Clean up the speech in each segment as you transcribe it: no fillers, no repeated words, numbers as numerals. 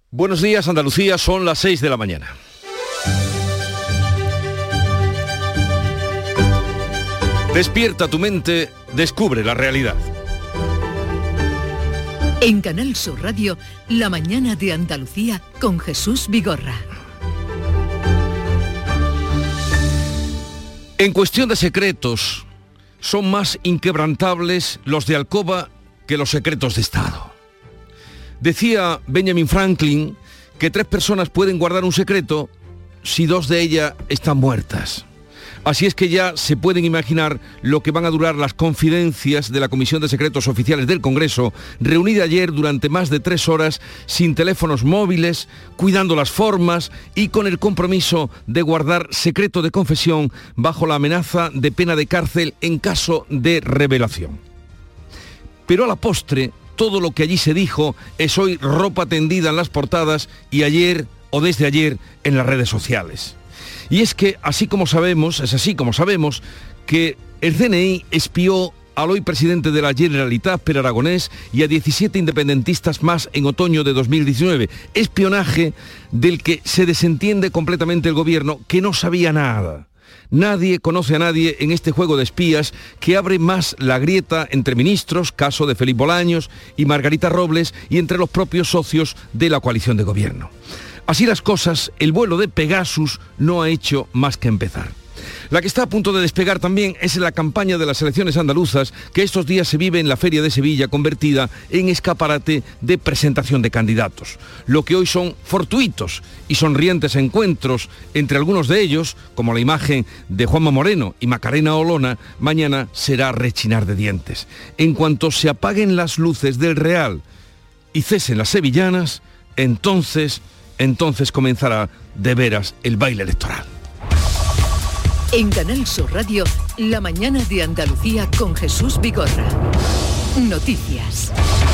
Buenos días, Andalucía, son las 6 de la mañana. Despierta tu mente, descubre la realidad. En Canal Sur Radio, La mañana de Andalucía con Jesús Vigorra. En cuestión de secretos, son más inquebrantables los de alcoba que los secretos de Estado. Decía Benjamin Franklin que 3 personas pueden guardar un secreto si 2 de ellas están muertas. Así es que ya se pueden imaginar lo que van a durar las confidencias de la Comisión de Secretos Oficiales del Congreso, reunida ayer durante más de 3 horas, sin teléfonos móviles, cuidando las formas y con el compromiso de guardar secreto de confesión bajo la amenaza de pena de cárcel en caso de revelación. Pero a la postre, todo lo que allí se dijo es hoy ropa tendida en las portadas y ayer o desde ayer en las redes sociales. Y es que, así como sabemos que el CNI espió al hoy presidente de la Generalitat, Pere Aragonés, y a 17 independentistas más en otoño de 2019. Espionaje del que se desentiende completamente el gobierno, que no sabía nada. Nadie conoce a nadie en este juego de espías que abre más la grieta entre ministros, caso de Felipe Bolaños y Margarita Robles, y entre los propios socios de la coalición de gobierno. Así las cosas, el vuelo de Pegasus no ha hecho más que empezar. La que está a punto de despegar también es la campaña de las elecciones andaluzas, que estos días se vive en la Feria de Sevilla, convertida en escaparate de presentación de candidatos. Lo que hoy son fortuitos y sonrientes encuentros entre algunos de ellos, como la imagen de Juanma Moreno y Macarena Olona, mañana será rechinar de dientes. En cuanto se apaguen las luces del Real y cesen las sevillanas, entonces comenzará de veras el baile electoral. En Canal Sur Radio, La mañana de Andalucía con Jesús Vigorra. Noticias.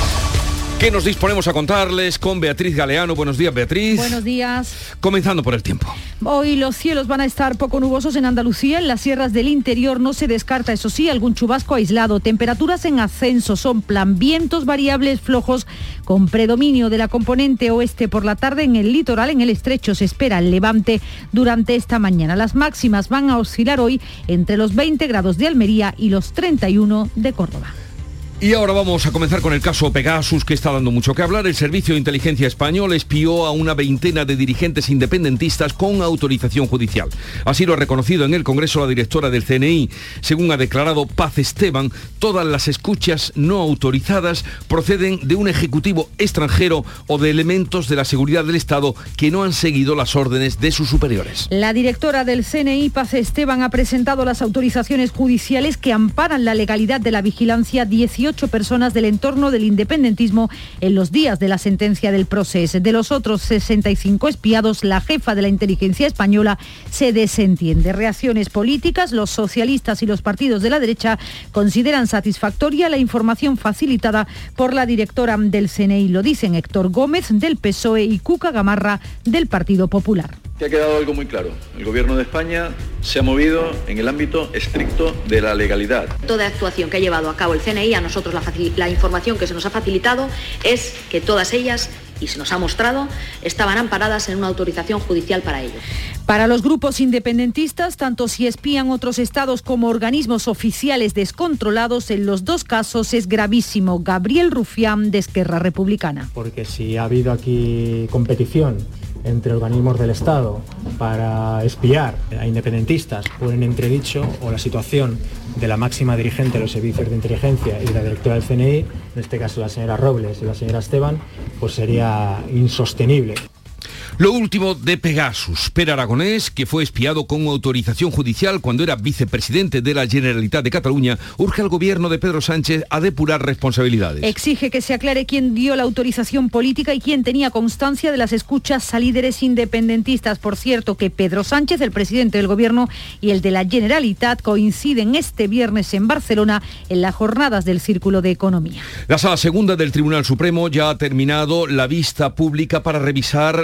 ¿Qué nos disponemos a contarles con Beatriz Galeano? Buenos días, Beatriz. Buenos días. Comenzando por el tiempo. Hoy los cielos van a estar poco nubosos en Andalucía. En las sierras del interior no se descarta, eso sí, algún chubasco aislado. Temperaturas en ascenso, soplan vientos variables flojos con predominio de la componente oeste por la tarde. En el litoral, en el estrecho, se espera el levante durante esta mañana. Las máximas van a oscilar hoy entre los 20 grados de Almería y los 31 de Córdoba. Y ahora vamos a comenzar con el caso Pegasus, que está dando mucho que hablar. El Servicio de Inteligencia Español espió a una veintena de dirigentes independentistas con autorización judicial. Así lo ha reconocido en el Congreso la directora del CNI. Según ha declarado Paz Esteban, todas las escuchas no autorizadas proceden de un ejecutivo extranjero o de elementos de la seguridad del Estado que no han seguido las órdenes de sus superiores. La directora del CNI, Paz Esteban, ha presentado las autorizaciones judiciales que amparan la legalidad de la vigilancia 18 personas del entorno del independentismo en los días de la sentencia del Procés. De los otros 65 espiados, la jefa de la inteligencia española se desentiende. Reacciones políticas, los socialistas y los partidos de la derecha consideran satisfactoria la información facilitada por la directora del CNI. Lo dicen Héctor Gómez del PSOE y Cuca Gamarra del Partido Popular. Que ha quedado algo muy claro. El Gobierno de España se ha movido en el ámbito estricto de la legalidad. Toda actuación que ha llevado a cabo el CNI, a nosotros la información que se nos ha facilitado es que todas ellas, y se nos ha mostrado, estaban amparadas en una autorización judicial para ello. Para los grupos independentistas, tanto si espían otros estados como organismos oficiales descontrolados, en los dos casos es gravísimo. Gabriel Rufián, de Esquerra Republicana. Porque si ha habido aquí competición entre organismos del Estado para espiar a independentistas, ponen en entredicho o la situación de la máxima dirigente de los servicios de inteligencia y la directora del CNI, en este caso la señora Robles y la señora Esteban, pues sería insostenible. Lo último de Pegasus. Pere Aragonés, que fue espiado con autorización judicial cuando era vicepresidente de la Generalitat de Cataluña, urge al gobierno de Pedro Sánchez a depurar responsabilidades. Exige que se aclare quién dio la autorización política y quién tenía constancia de las escuchas a líderes independentistas. Por cierto, que Pedro Sánchez, el presidente del gobierno, y el de la Generalitat coinciden este viernes en Barcelona en las jornadas del Círculo de Economía. La Sala Segunda del Tribunal Supremo ya ha terminado la vista pública para revisar la sentencia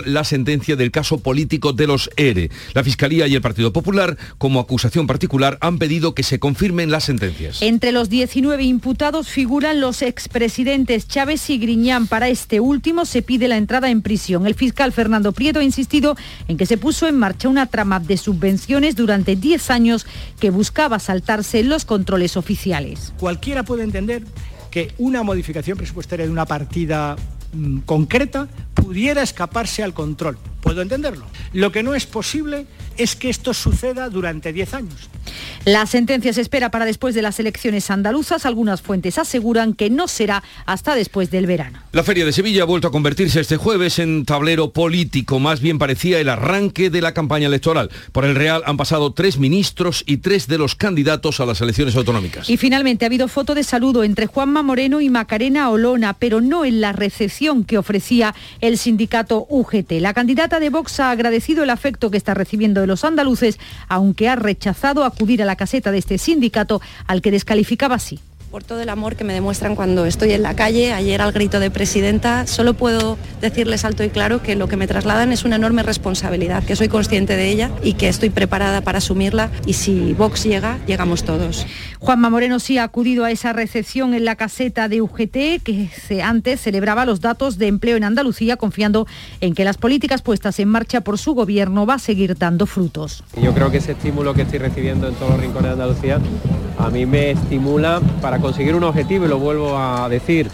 sentencia del caso político de los ERE. La Fiscalía y el Partido Popular, como acusación particular, han pedido que se confirmen las sentencias. Entre los 19 imputados figuran los expresidentes Chávez y Griñán. Para este último se pide la entrada en prisión. El fiscal Fernando Prieto ha insistido en que se puso en marcha una trama de subvenciones durante 10 años que buscaba saltarse los controles oficiales. Cualquiera puede entender que una modificación presupuestaria de una partida concreta pudiera escaparse al control. Puedo entenderlo. Lo que no es posible es que esto suceda durante 10 años. La sentencia se espera para después de las elecciones andaluzas. Algunas fuentes aseguran que no será hasta después del verano. La Feria de Sevilla ha vuelto a convertirse este jueves en tablero político. Más bien parecía el arranque de la campaña electoral. Por el Real han pasado 3 ministros y 3 de los candidatos a las elecciones autonómicas. Y finalmente ha habido foto de saludo entre Juanma Moreno y Macarena Olona, pero no en la recepción que ofrecía el sindicato UGT. La candidata de Vox ha agradecido el afecto que está recibiendo de los andaluces, aunque ha rechazado acudir a la caseta de este sindicato, al que descalificaba así. Por todo el amor que me demuestran cuando estoy en la calle. Ayer al grito de presidenta, solo puedo decirles alto y claro que lo que me trasladan es una enorme responsabilidad, que soy consciente de ella y que estoy preparada para asumirla, y si Vox llega, llegamos todos. Juanma Moreno sí ha acudido a esa recepción en la caseta de UGT, que antes celebraba los datos de empleo en Andalucía, confiando en que las políticas puestas en marcha por su gobierno va a seguir dando frutos. Yo creo que ese estímulo que estoy recibiendo en todos los rincones de Andalucía a mí me estimula para conseguir un objetivo, y lo vuelvo a decir.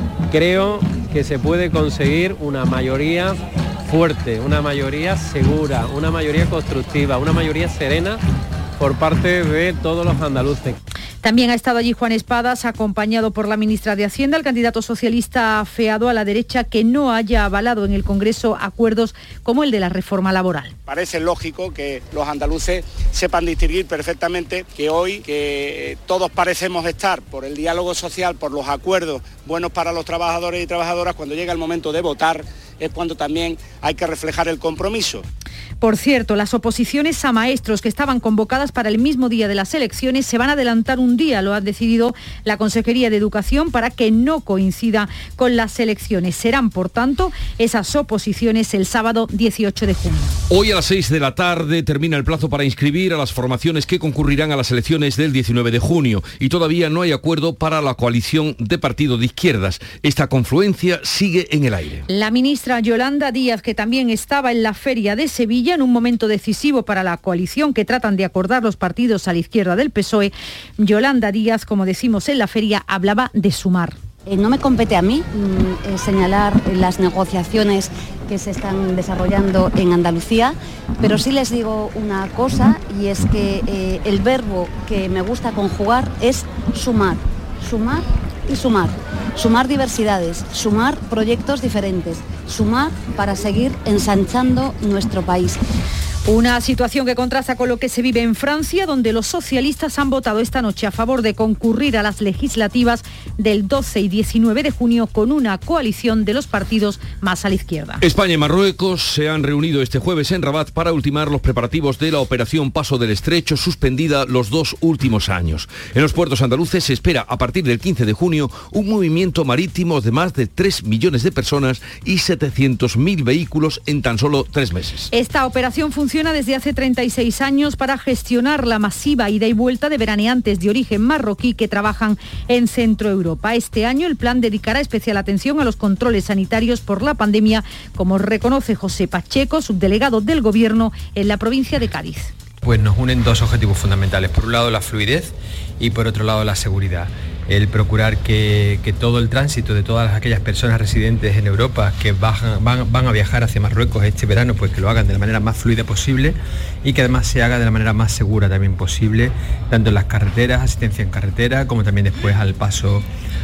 Creo que se puede conseguir una mayoría fuerte, una mayoría segura, una mayoría constructiva, una mayoría serena por parte de todos los andaluces. También ha estado allí Juan Espadas, acompañado por la ministra de Hacienda. El candidato socialista ha afeado a la derecha que no haya avalado en el Congreso acuerdos como el de la reforma laboral. Parece lógico que los andaluces sepan distinguir perfectamente que hoy que todos parecemos estar por el diálogo social, por los acuerdos buenos para los trabajadores y trabajadoras, cuando llega el momento de votar es cuando también hay que reflejar el compromiso. Por cierto, las oposiciones a maestros que estaban convocadas para el mismo día de las elecciones se van a adelantar un día, lo ha decidido la Consejería de Educación, para que no coincida con las elecciones. Serán, por tanto, esas oposiciones el sábado 18 de junio. Hoy a las 6 de la tarde termina el plazo para inscribir a las formaciones que concurrirán a las elecciones del 19 de junio y todavía no hay acuerdo para la coalición de partidos de izquierdas. Esta confluencia sigue en el aire. La ministra Yolanda Díaz, que también estaba en la Feria de Sevilla, en un momento decisivo para la coalición que tratan de acordar los partidos a la izquierda del PSOE, Yolanda Díaz, como decimos en la feria, hablaba de sumar. No me compete a mí señalar las negociaciones que se están desarrollando en Andalucía, pero sí les digo una cosa, y es que el verbo que me gusta conjugar es sumar, sumar y sumar. Sumar diversidades, sumar proyectos diferentes, sumar para seguir ensanchando nuestro país. Una situación que contrasta con lo que se vive en Francia, donde los socialistas han votado esta noche a favor de concurrir a las legislativas del 12 y 19 de junio con una coalición de los partidos más a la izquierda. España y Marruecos se han reunido este jueves en Rabat para ultimar los preparativos de la operación Paso del Estrecho, suspendida los 2 últimos años. En los puertos andaluces se espera a partir del 15 de junio un movimiento marítimo de más de 3 millones de personas y 700.000 vehículos en tan solo 3 meses. Esta operación funciona desde hace 36 años para gestionar la masiva ida y vuelta de veraneantes de origen marroquí que trabajan en Centro Europa. Este año el plan dedicará especial atención a los controles sanitarios por la pandemia, como reconoce José Pacheco, subdelegado del Gobierno en la provincia de Cádiz. Pues nos unen 2 objetivos fundamentales. Por un lado la fluidez y por otro lado la seguridad. El procurar que todo el tránsito de todas aquellas personas residentes en Europa que van a viajar hacia Marruecos este verano, pues que lo hagan de la manera más fluida posible y que además se haga de la manera más segura también posible, tanto en las carreteras, asistencia en carretera, como también después al paso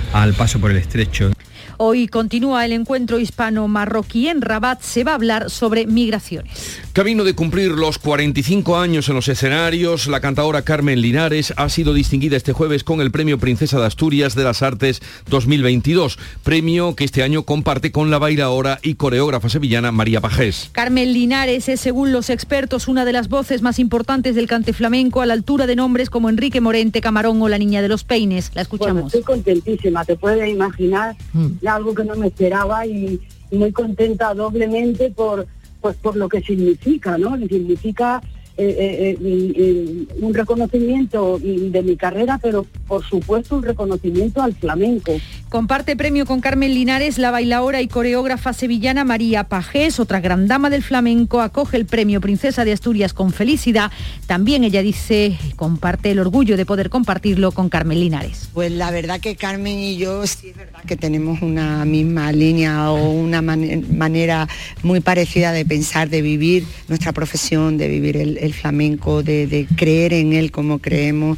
por el estrecho. Hoy continúa el encuentro hispano-marroquí en Rabat. Se va a hablar sobre migraciones. Camino de cumplir los 45 años en los escenarios, la cantaora Carmen Linares ha sido distinguida este jueves con el Premio Princesa de Asturias de las Artes 2022, premio que este año comparte con la bailaora y coreógrafa sevillana María Pajés. Carmen Linares es, según los expertos, una de las voces más importantes del cante flamenco, a la altura de nombres como Enrique Morente, Camarón o la Niña de los Peines. La escuchamos. Bueno, estoy contentísima, te puedes imaginar, algo que no me esperaba, y muy contenta doblemente por pues por lo que significa, ¿no? Significa un reconocimiento de mi carrera, pero por supuesto un reconocimiento al flamenco. Comparte premio con Carmen Linares la bailaora y coreógrafa sevillana María Pajés, otra gran dama del flamenco, acoge el premio Princesa de Asturias con felicidad. También ella dice, comparte el orgullo de poder compartirlo con Carmen Linares. Pues la verdad que Carmen y yo sí es verdad que tenemos una misma línea o una manera muy parecida de pensar, de vivir nuestra profesión, de vivir el flamenco, de creer en él como creemos,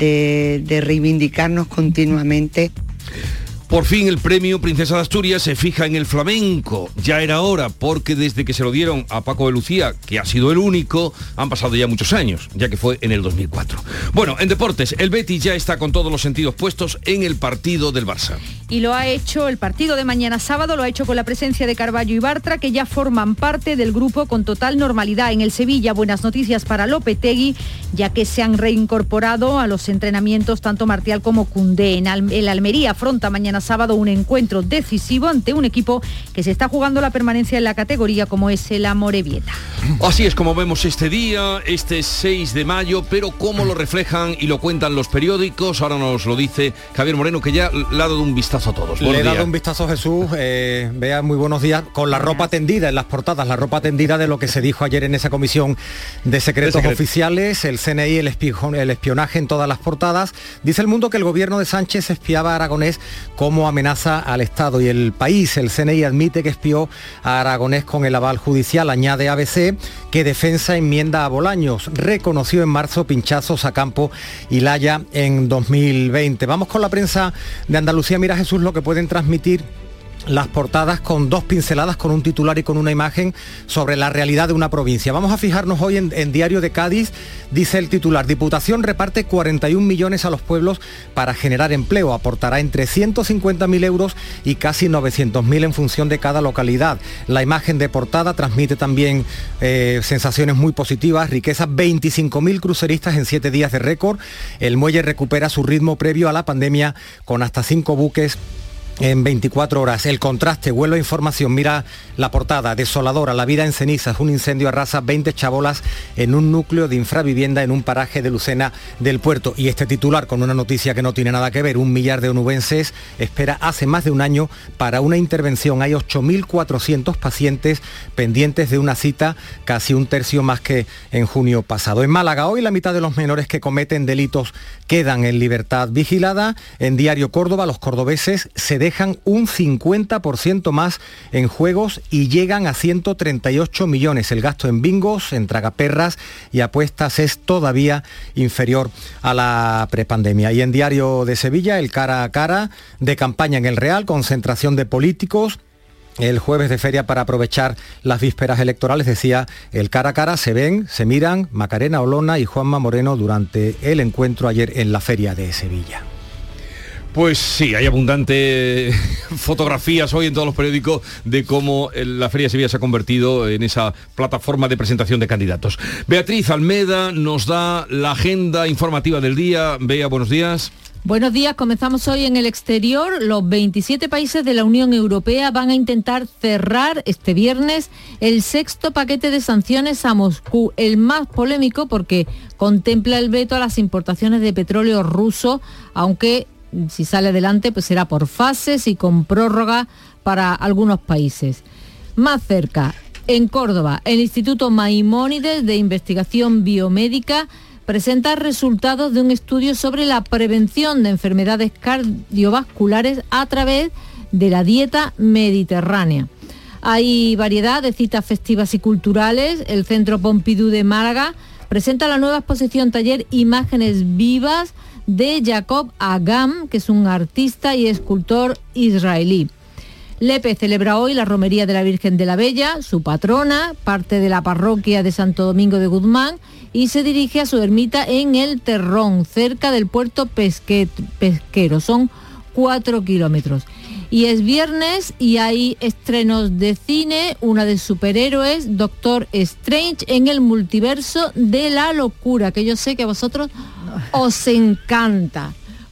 de reivindicarnos continuamente. Por fin el premio Princesa de Asturias se fija en el flamenco. Ya era hora, porque desde que se lo dieron a Paco de Lucía, que ha sido el único, han pasado ya muchos años, ya que fue en el 2004. Bueno, en deportes, el Betis ya está con todos los sentidos puestos en el partido del Barça. Y lo ha hecho, el partido de mañana sábado lo ha hecho con la presencia de Carballo y Bartra, que ya forman parte del grupo con total normalidad. En el Sevilla, buenas noticias para Lopetegui, ya que se han reincorporado a los entrenamientos tanto Martial como Koundé. El Almería afronta mañana sábado un encuentro decisivo ante un equipo que se está jugando la permanencia en la categoría, como es el Amorebieta. Así es como vemos este día, este 6 de mayo, pero cómo lo reflejan y lo cuentan los periódicos. Ahora nos lo dice Javier Moreno, que ya le ha dado un vistazo a todos. Le he dado un vistazo, Jesús. Vea, muy buenos días, con la ropa tendida en las portadas, la ropa tendida de lo que se dijo ayer en esa comisión de secretos oficiales, el CNI, el espionaje en todas las portadas. Dice El Mundo que el gobierno de Sánchez espiaba a Aragonés como amenaza al Estado, y El País, el CNI admite que espió a Aragonés con el aval judicial. Añade ABC que Defensa enmienda a Bolaños, reconoció en marzo pinchazos a Campo y Laya en 2020. Vamos con la prensa de Andalucía. Mira, Jesús, lo que pueden transmitir las portadas, con dos pinceladas, con un titular y con una imagen sobre la realidad de una provincia. Vamos a fijarnos hoy en Diario de Cádiz. Dice el titular: Diputación reparte 41 millones a los pueblos para generar empleo. Aportará entre 150.000 euros y casi 900.000 en función de cada localidad. La imagen de portada transmite también sensaciones muy positivas. Riqueza: 25.000 cruceristas en 7 días de récord. El muelle recupera su ritmo previo a la pandemia con hasta 5 buques en 24 horas. El Contraste, vuelve a información, mira la portada: desoladora, la vida en cenizas, un incendio arrasa 20 chabolas en un núcleo de infravivienda en un paraje de Lucena del Puerto. Y este titular con una noticia que no tiene nada que ver: 1 millar de onubenses espera hace más de un año para una intervención. Hay 8.400 pacientes pendientes de una cita, casi un tercio más que en junio pasado. En Málaga, hoy la mitad de los menores que cometen delitos quedan en libertad vigilada. En Diario Córdoba, los cordobeses se dejan un 50% más en juegos y llegan a 138 millones. El gasto en bingos, en tragaperras y apuestas es todavía inferior a la prepandemia. Y en Diario de Sevilla, el cara a cara de campaña en el Real, concentración de políticos. El jueves de feria para aprovechar las vísperas electorales. Decía el cara a cara: se ven, se miran Macarena Olona y Juanma Moreno durante el encuentro ayer en la feria de Sevilla. Pues sí, hay abundante fotografías hoy en todos los periódicos de cómo la Feria de Sevilla se ha convertido en esa plataforma de presentación de candidatos. Beatriz Almeda nos da la agenda informativa del día. Bea, buenos días. Buenos días, comenzamos hoy en el exterior. Los 27 países de la Unión Europea van a intentar cerrar este viernes el 6º paquete de sanciones a Moscú, el más polémico porque contempla el veto a las importaciones de petróleo ruso, aunque si sale adelante pues será por fases y con prórroga para algunos países. Más cerca, en Córdoba, el Instituto Maimónides de Investigación Biomédica presenta resultados de un estudio sobre la prevención de enfermedades cardiovasculares a través de la dieta mediterránea. Hay variedad de citas festivas y culturales. El Centro Pompidou de Málaga presenta la nueva exposición taller Imágenes Vivas de Jacob Agam, que es un artista y escultor israelí. Lepe celebra hoy la romería de la Virgen de la Bella, su patrona, parte de la parroquia de Santo Domingo de Guzmán, y se dirige a su ermita en El Terrón, cerca del puerto pesquero. Son 4 kilómetros. Y es viernes y hay estrenos de cine, una de superhéroes, Doctor Strange en el multiverso de la locura, que yo sé que a vosotros os encanta.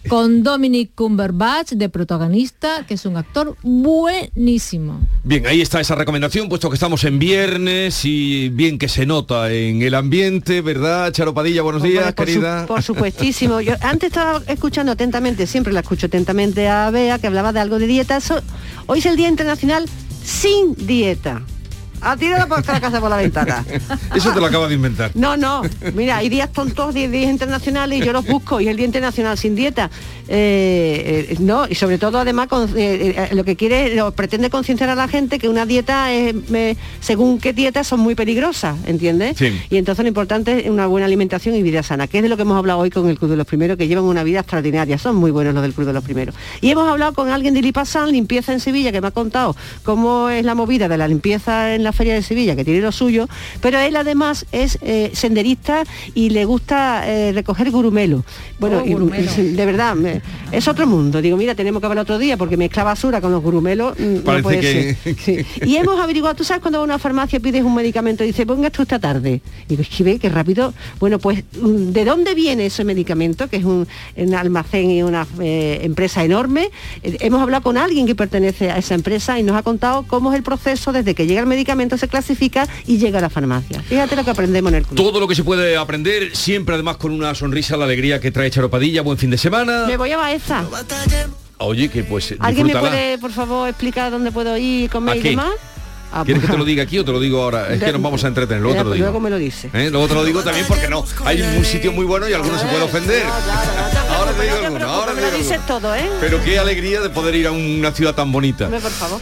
con Dominic Cumberbatch de protagonista, que es un actor buenísimo. Bien, ahí está esa recomendación, puesto que estamos en viernes y bien que se nota en el ambiente, ¿verdad? Charo Padilla, buenos días, querida. Por supuestísimo. Yo antes estaba escuchando atentamente, siempre la escucho atentamente a Bea, que hablaba de algo de dieta. Hoy es el Día Internacional sin dieta. A tirar la casa por la ventana. Eso te lo acabas de inventar. No, mira, hay días tontos, días internacionales y yo los busco, y el Día Internacional sin dieta. No, y sobre todo además lo que pretende concienciar a la gente que una dieta, según qué dietas son muy peligrosas, ¿entiendes? Sí. Y entonces lo importante es una buena alimentación y vida sana, que es de lo que hemos hablado hoy con el Club de los Primeros, que llevan una vida extraordinaria, son muy buenos los del Club de los Primeros. Y hemos hablado con alguien de Lipasan, limpieza en Sevilla, que me ha contado cómo es la movida de la limpieza en la Feria de Sevilla, que tiene lo suyo, pero él además es senderista y le gusta recoger gurumelo. Bueno, gurumelo. De verdad, es otro mundo. Digo, mira, tenemos que hablar otro día porque mezcla basura con los gurumelos, no puede ser. Sí. Y hemos averiguado, tú sabes, cuando vas a una farmacia pides un medicamento y dice, ponga esto esta tarde. Y digo, es que ve, qué rápido. Bueno, pues, ¿de dónde viene ese medicamento? Que es un almacén y una empresa enorme. Hemos hablado con alguien que pertenece a esa empresa y nos ha contado cómo es el proceso desde que llega el medicamento, se clasifica y llega a la farmacia. Fíjate lo que aprendemos en el club. Todo lo que se puede aprender, siempre además con una sonrisa, la alegría que trae Charo Padilla. Buen fin de semana. Me voy a Baeza. Oye, que pues ¿Alguien me disfrútala. puede, por favor, explicar dónde puedo ir, comer y demás? ¿Quieres que te lo diga aquí o te lo digo ahora? Es que nos vamos a entretener, luego te lo digo. Luego me lo dice. Luego te lo digo también porque no. Hay un sitio muy bueno y algunos se puede ofender. Ahora te digo alguno, ahora te digo dices todo, ¿eh? Pero qué alegría de poder ir a una ciudad tan bonita. Por favor.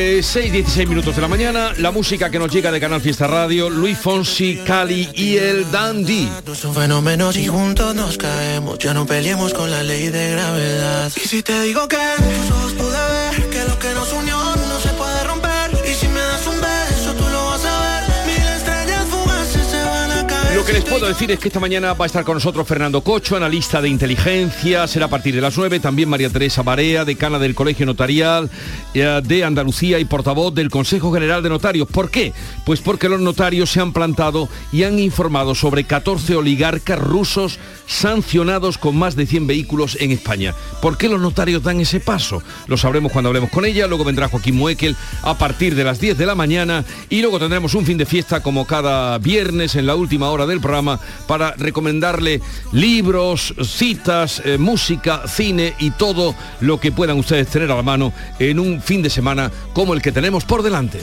6:16 minutos de la mañana, la música que nos llega de Canal Fiesta Radio, Luis Fonsi, Cali y el Dandy. Son fenómenos y juntos nos caemos, ya no peleemos con la ley de gravedad. Y si te digo que tus ojos pude ver que lo que nos unió no se puede romper. Y si me das un beso tú lo vas a ver. Mil estrellas fugaces se van a caer. Lo que les puedo decir es que esta mañana va a estar con nosotros Fernando Cocho, analista de inteligencia, será a partir de las 9, también María Teresa Barea, decana del Colegio Notarial de Andalucía y portavoz del Consejo General de Notarios. ¿Por qué? Pues porque los notarios se han plantado y han informado sobre 14 oligarcas rusos sancionados con más de 100 vehículos en España. ¿Por qué los notarios dan ese paso? Lo sabremos cuando hablemos con ella. Luego vendrá Joaquín Moekel a partir de las 10 de la mañana y luego tendremos un fin de fiesta como cada viernes en la última hora del programa para recomendarle libros, citas, música, cine y todo lo que puedan ustedes tener a la mano en un fin de semana como el que tenemos por delante.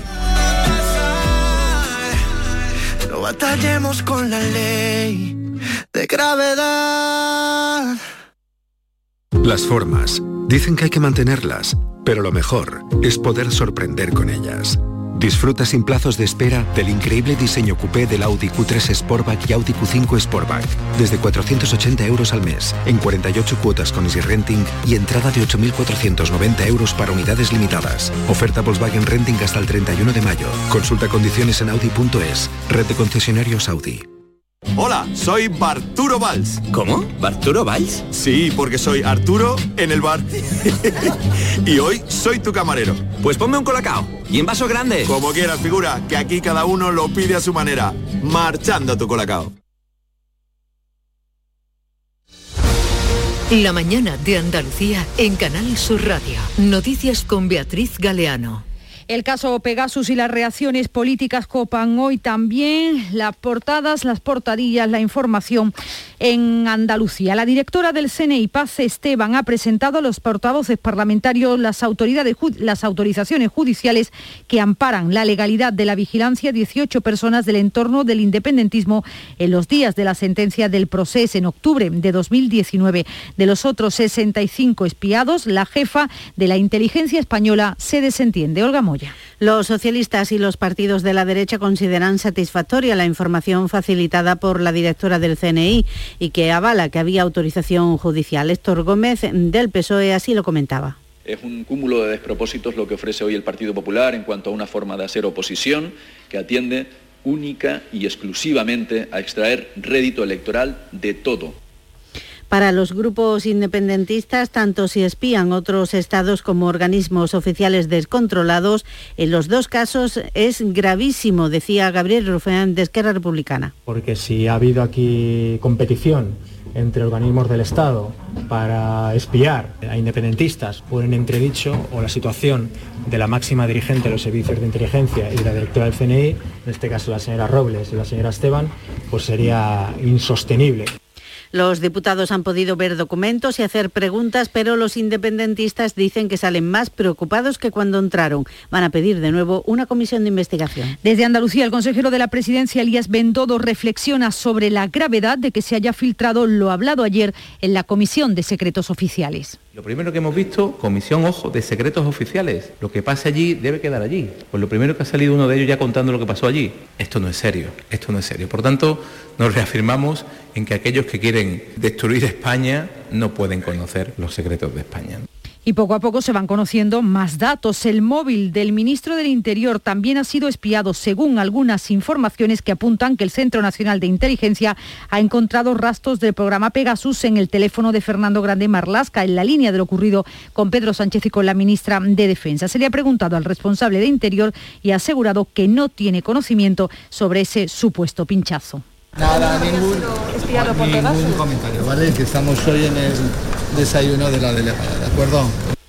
No batallemos con la ley de gravedad. Las formas. Dicen que hay que mantenerlas, pero lo mejor es poder sorprender con ellas. Disfruta sin plazos de espera del increíble diseño coupé del Audi Q3 Sportback y Audi Q5 Sportback. Desde 480 euros al mes, en 48 cuotas con Easy Renting y entrada de 8.490 euros para unidades limitadas. Oferta Volkswagen Renting hasta el 31 de mayo. Consulta condiciones en Audi.es. Red de concesionarios Audi. Hola, soy Barturo Valls. ¿Cómo? ¿Barturo Valls? Sí, porque soy Arturo en el bar. Y hoy soy tu camarero. Pues ponme un colacao. Y en vaso grande. Como quieras, figura, que aquí cada uno lo pide a su manera. Marchando tu colacao. La mañana de Andalucía en Canal Sur Radio. Noticias con Beatriz Galeano. El caso Pegasus y las reacciones políticas copan hoy también las portadas, las portadillas, la información en Andalucía. La directora del CNI, Paz Esteban, ha presentado a los portavoces parlamentarios las autorizaciones judiciales que amparan la legalidad de la vigilancia 18 personas del entorno del independentismo en los días de la sentencia del Procés en octubre de 2019. De los otros 65 espiados, la jefa de la inteligencia española se desentiende. Olga Moya. Los socialistas y los partidos de la derecha consideran satisfactoria la información facilitada por la directora del CNI y que avala que había autorización judicial. Héctor Gómez, del PSOE, así lo comentaba. Es un cúmulo de despropósitos lo que ofrece hoy el Partido Popular en cuanto a una forma de hacer oposición que atiende única y exclusivamente a extraer rédito electoral de todo. Para los grupos independentistas, tanto si espían otros estados como organismos oficiales descontrolados, en los dos casos es gravísimo, decía Gabriel Rufén de Esquerra Republicana. Porque si ha habido aquí competición entre organismos del Estado para espiar a independentistas pone en entredicho o la situación de la máxima dirigente de los servicios de inteligencia y de la directora del CNI, en este caso la señora Robles y la señora Esteban, pues sería insostenible. Los diputados han podido ver documentos y hacer preguntas, pero los independentistas dicen que salen más preocupados que cuando entraron. Van a pedir de nuevo una comisión de investigación. Desde Andalucía, el consejero de la Presidencia, Elías Bendodo, reflexiona sobre la gravedad de que se haya filtrado lo hablado ayer en la Comisión de Secretos Oficiales. Lo primero que hemos visto, comisión, ojo, de secretos oficiales. Lo que pase allí debe quedar allí. Pues lo primero que ha salido uno de ellos ya contando lo que pasó allí. Esto no es serio, esto no es serio. Por tanto, nos reafirmamos en que aquellos que quieren destruir España no pueden conocer los secretos de España. Y poco a poco se van conociendo más datos. El móvil del ministro del Interior también ha sido espiado, según algunas informaciones que apuntan que el Centro Nacional de Inteligencia ha encontrado rastros del programa Pegasus en el teléfono de Fernando Grande Marlaska, en la línea de lo ocurrido con Pedro Sánchez y con la ministra de Defensa. Se le ha preguntado al responsable de Interior y ha asegurado que no tiene conocimiento sobre ese supuesto pinchazo. Nada, ningún comentario, ¿vale? Que estamos hoy en el desayuno de la delegada, ¿de acuerdo?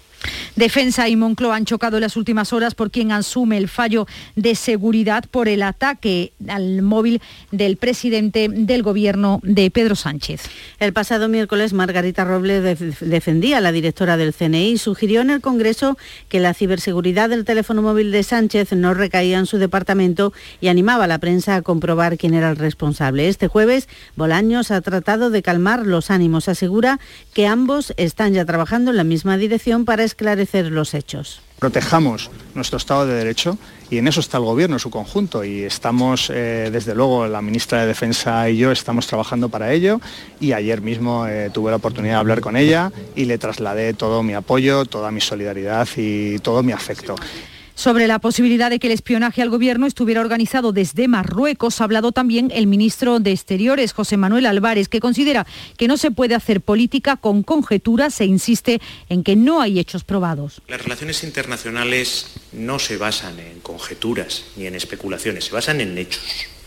Defensa y Moncloa han chocado en las últimas horas por quien asume el fallo de seguridad por el ataque al móvil del presidente del gobierno de Pedro Sánchez. El pasado miércoles Margarita Robles defendía a la directora del CNI y sugirió en el Congreso que la ciberseguridad del teléfono móvil de Sánchez no recaía en su departamento y animaba a la prensa a comprobar quién era el responsable. Este jueves Bolaños ha tratado de calmar los ánimos. Asegura que ambos están ya trabajando en la misma dirección para esclarecer los hechos. Protejamos nuestro Estado de Derecho y en eso está el Gobierno en su conjunto y estamos, desde luego, la ministra de Defensa y yo estamos trabajando para ello y ayer mismo tuve la oportunidad de hablar con ella y le trasladé todo mi apoyo, toda mi solidaridad y todo mi afecto. Sobre la posibilidad de que el espionaje al gobierno estuviera organizado desde Marruecos, ha hablado también el ministro de Exteriores, José Manuel Álvarez, que considera que no se puede hacer política con conjeturas e insiste en que no hay hechos probados. Las relaciones internacionales no se basan en conjeturas ni en especulaciones, se basan en hechos.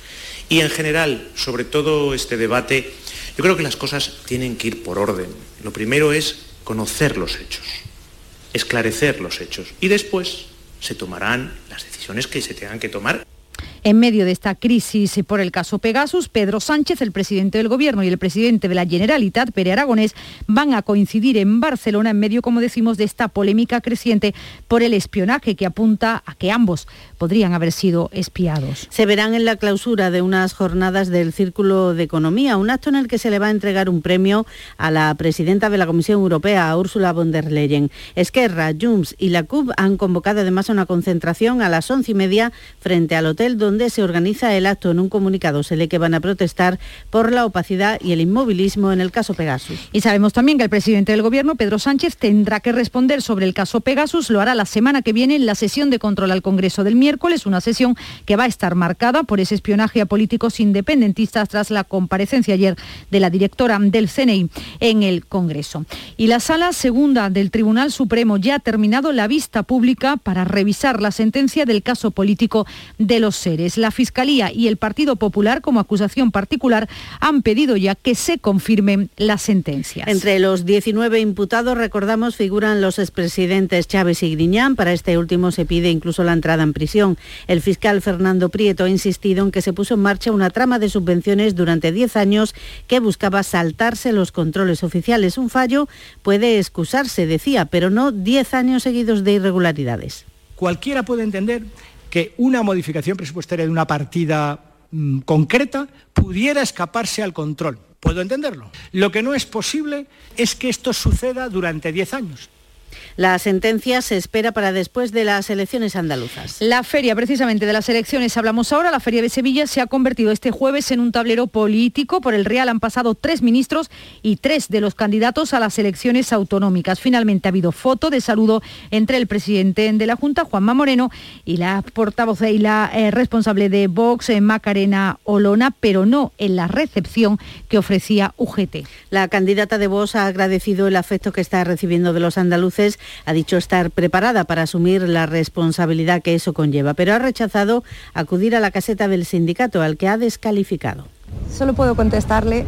Y en general, sobre todo este debate, yo creo que las cosas tienen que ir por orden. Lo primero es conocer los hechos, esclarecer los hechos y después se tomarán las decisiones que se tengan que tomar. En medio de esta crisis por el caso Pegasus, Pedro Sánchez, el presidente del Gobierno, y el presidente de la Generalitat, Pere Aragonés, van a coincidir en Barcelona en medio, como decimos, de esta polémica creciente por el espionaje que apunta a que ambos podrían haber sido espiados. Se verán en la clausura de unas jornadas del Círculo de Economía, un acto en el que se le va a entregar un premio a la presidenta de la Comisión Europea, a Ursula von der Leyen. Esquerra, Junts y la CUP han convocado además una concentración a las 11:30 frente al hotel donde se organiza el acto. En un comunicado se lee que van a protestar por la opacidad y el inmovilismo en el caso Pegasus. Y sabemos también que el presidente del Gobierno, Pedro Sánchez, tendrá que responder sobre el caso Pegasus. Lo hará la semana que viene en la sesión de control al Congreso del miércoles, una sesión que va a estar marcada por ese espionaje a políticos independentistas tras la comparecencia ayer de la directora del CNI en el Congreso. Y la Sala Segunda del Tribunal Supremo ya ha terminado la vista pública para revisar la sentencia del caso político de los SERES. La Fiscalía y el Partido Popular, como acusación particular, han pedido ya que se confirmen las sentencias. Entre los 19 imputados, recordamos, figuran los expresidentes Chávez y Griñán. Para este último se pide incluso la entrada en prisión. El fiscal Fernando Prieto ha insistido en que se puso en marcha una trama de subvenciones durante 10 años que buscaba saltarse los controles oficiales. Un fallo puede excusarse, decía, pero no 10 años seguidos de irregularidades. Cualquiera puede entender que una modificación presupuestaria de una partida concreta pudiera escaparse al control. Puedo entenderlo. Lo que no es posible es que esto suceda durante 10 años. La sentencia se espera para después de las elecciones andaluzas. La feria, precisamente de las elecciones hablamos ahora, la Feria de Sevilla se ha convertido este jueves en un tablero político. Por el Real han pasado 3 ministros y 3 de los candidatos a las elecciones autonómicas. Finalmente ha habido foto de saludo entre el presidente de la Junta, Juanma Moreno, y la portavoz y la responsable de Vox, Macarena Olona, pero no en la recepción que ofrecía UGT. La candidata de Vox ha agradecido el afecto que está recibiendo de los andaluces. Ha dicho estar preparada para asumir la responsabilidad que eso conlleva, pero ha rechazado acudir a la caseta del sindicato, al que ha descalificado. Solo puedo contestarle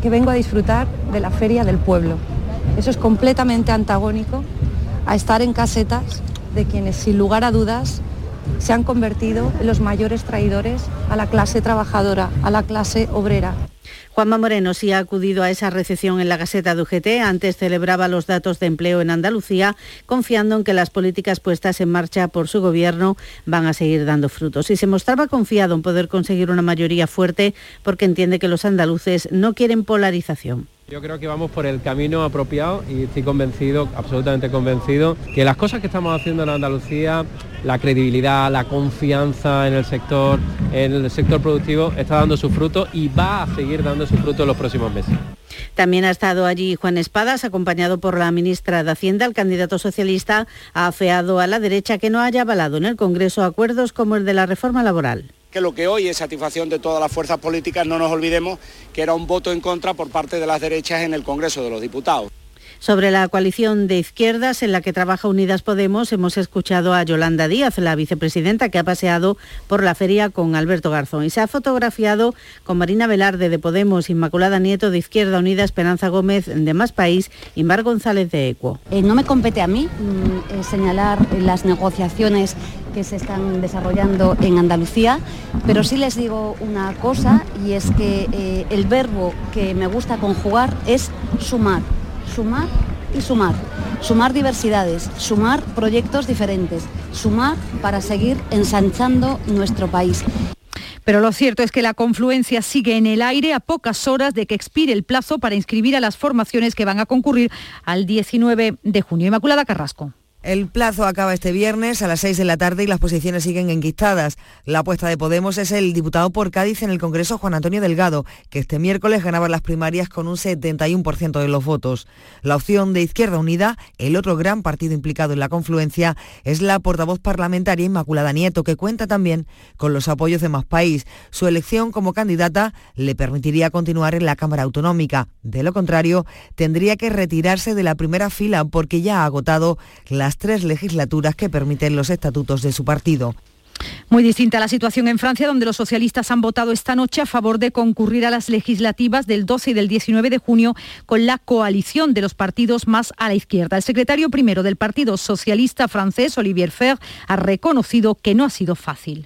que vengo a disfrutar de la feria del pueblo. Eso es completamente antagónico a estar en casetas de quienes, sin lugar a dudas, se han convertido en los mayores traidores a la clase trabajadora, a la clase obrera. Juanma Moreno sí ha acudido a esa recepción en la Gaceta de UGT. Antes celebraba los datos de empleo en Andalucía, confiando en que las políticas puestas en marcha por su gobierno van a seguir dando frutos. Y se mostraba confiado en poder conseguir una mayoría fuerte porque entiende que los andaluces no quieren polarización. Yo creo que vamos por el camino apropiado y estoy convencido, absolutamente convencido, que las cosas que estamos haciendo en Andalucía, la credibilidad, la confianza en el sector productivo está dando su fruto y va a seguir dando su fruto en los próximos meses. También ha estado allí Juan Espadas, acompañado por la ministra de Hacienda. El candidato socialista ha afeado a la derecha que no haya avalado en el Congreso acuerdos como el de la reforma laboral. Que lo que hoy es satisfacción de todas las fuerzas políticas, no nos olvidemos que era un voto en contra por parte de las derechas en el Congreso de los Diputados. Sobre la coalición de izquierdas en la que trabaja Unidas Podemos, hemos escuchado a Yolanda Díaz, la vicepresidenta, que ha paseado por la feria con Alberto Garzón y se ha fotografiado con Marina Velarde de Podemos, Inmaculada Nieto de Izquierda Unida, Esperanza Gómez de Más País y Mar González de ECUO. No me compete a mí señalar las negociaciones que se están desarrollando en Andalucía, pero sí les digo una cosa, y es que el verbo que me gusta conjugar es sumar. Sumar y sumar. Sumar diversidades, sumar proyectos diferentes, sumar para seguir ensanchando nuestro país. Pero lo cierto es que la confluencia sigue en el aire a pocas horas de que expire el plazo para inscribir a las formaciones que van a concurrir al 19 de junio. Inmaculada Carrasco. El plazo acaba este viernes a las 6 de la tarde y las posiciones siguen enquistadas. La apuesta de Podemos es el diputado por Cádiz en el Congreso, Juan Antonio Delgado, que este miércoles ganaba las primarias con un 71% de los votos. La opción de Izquierda Unida, el otro gran partido implicado en la confluencia, es la portavoz parlamentaria Inmaculada Nieto, que cuenta también con los apoyos de Más País. Su elección como candidata le permitiría continuar en la Cámara Autonómica. De lo contrario, tendría que retirarse de la primera fila porque ya ha agotado las 3 legislaturas que permiten los estatutos de su partido. Muy distinta a la situación en Francia, donde los socialistas han votado esta noche a favor de concurrir a las legislativas del 12 y del 19 de junio con la coalición de los partidos más a la izquierda. El secretario primero del Partido Socialista francés, Olivier Faure, ha reconocido que no ha sido fácil.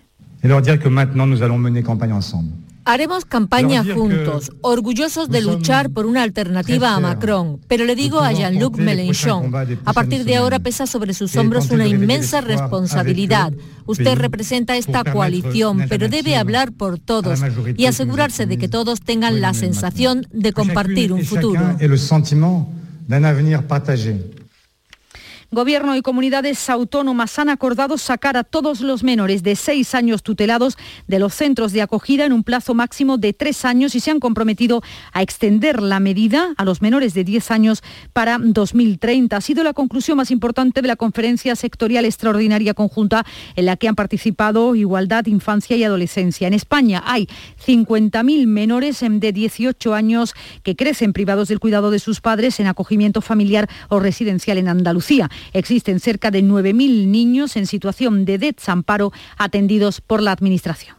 Haremos campaña juntos, orgullosos de luchar por una alternativa a Macron. Pero le digo a Jean-Luc Mélenchon, a partir de ahora pesa sobre sus hombros una inmensa responsabilidad. Usted representa esta coalición, pero debe hablar por todos y asegurarse de que todos tengan la sensación de compartir un futuro. Gobierno y comunidades autónomas han acordado sacar a todos los menores de 6 años tutelados de los centros de acogida en un plazo máximo de 3 años y se han comprometido a extender la medida a los menores de 10 años para 2030. Ha sido la conclusión más importante de la conferencia sectorial extraordinaria conjunta en la que han participado Igualdad, Infancia y Adolescencia. En España hay 50.000 menores de 18 años que crecen privados del cuidado de sus padres en acogimiento familiar o residencial en Andalucía. Existen cerca de 9.000 niños en situación de desamparo atendidos por la Administración.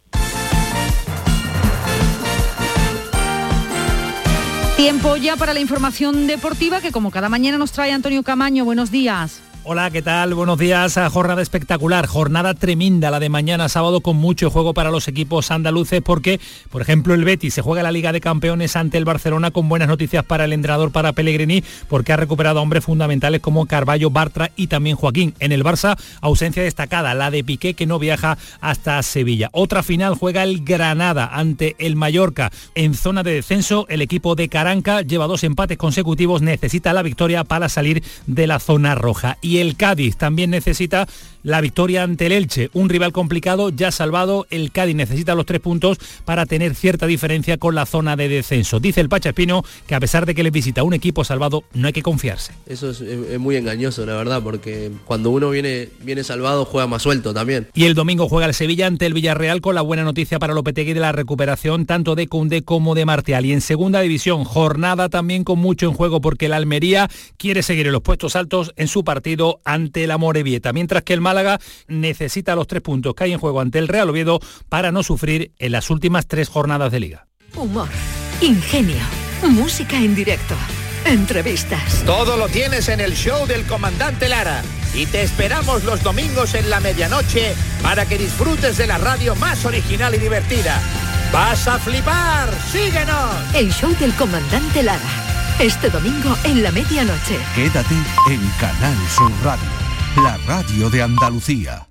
Tiempo ya para la información deportiva que como cada mañana nos trae Antonio Camaño. Buenos días. Hola, ¿qué tal? Buenos días. Jornada espectacular, jornada tremenda la de mañana sábado con mucho juego para los equipos andaluces porque, por ejemplo, el Betis se juega la Liga de Campeones ante el Barcelona con buenas noticias para el entrenador, para Pellegrini, porque ha recuperado a hombres fundamentales como Carballo, Bartra y también Joaquín. En el Barça, ausencia destacada, la de Piqué que no viaja hasta Sevilla. Otra final juega el Granada ante el Mallorca. En zona de descenso, el equipo de Caranca lleva 2 empates consecutivos, necesita la victoria para salir de la zona roja. Y el Cádiz también necesita la victoria ante el Elche, un rival complicado ya salvado. El Cádiz necesita los 3 puntos para tener cierta diferencia con la zona de descenso. Dice el Pacha Espino que a pesar de que les visita un equipo salvado, no hay que confiarse. Eso es muy engañoso, la verdad, porque cuando uno viene salvado juega más suelto también. Y el domingo juega el Sevilla ante el Villarreal con la buena noticia para Lopetegui de la recuperación tanto de Koundé como de Martial. Y en segunda división, jornada también con mucho en juego porque el Almería quiere seguir en los puestos altos en su partido ante la Amorebieta, mientras que el Málaga necesita los 3 puntos que hay en juego ante el Real Oviedo para no sufrir en las últimas 3 jornadas de Liga. Humor, ingenio, música en directo, entrevistas. Todo lo tienes en el show del Comandante Lara. Y te esperamos los domingos en la medianoche para que disfrutes de la radio más original y divertida. ¡Vas a flipar! ¡Síguenos! El show del Comandante Lara. Este domingo en la medianoche. Quédate en Canal Sur Radio, la radio de Andalucía.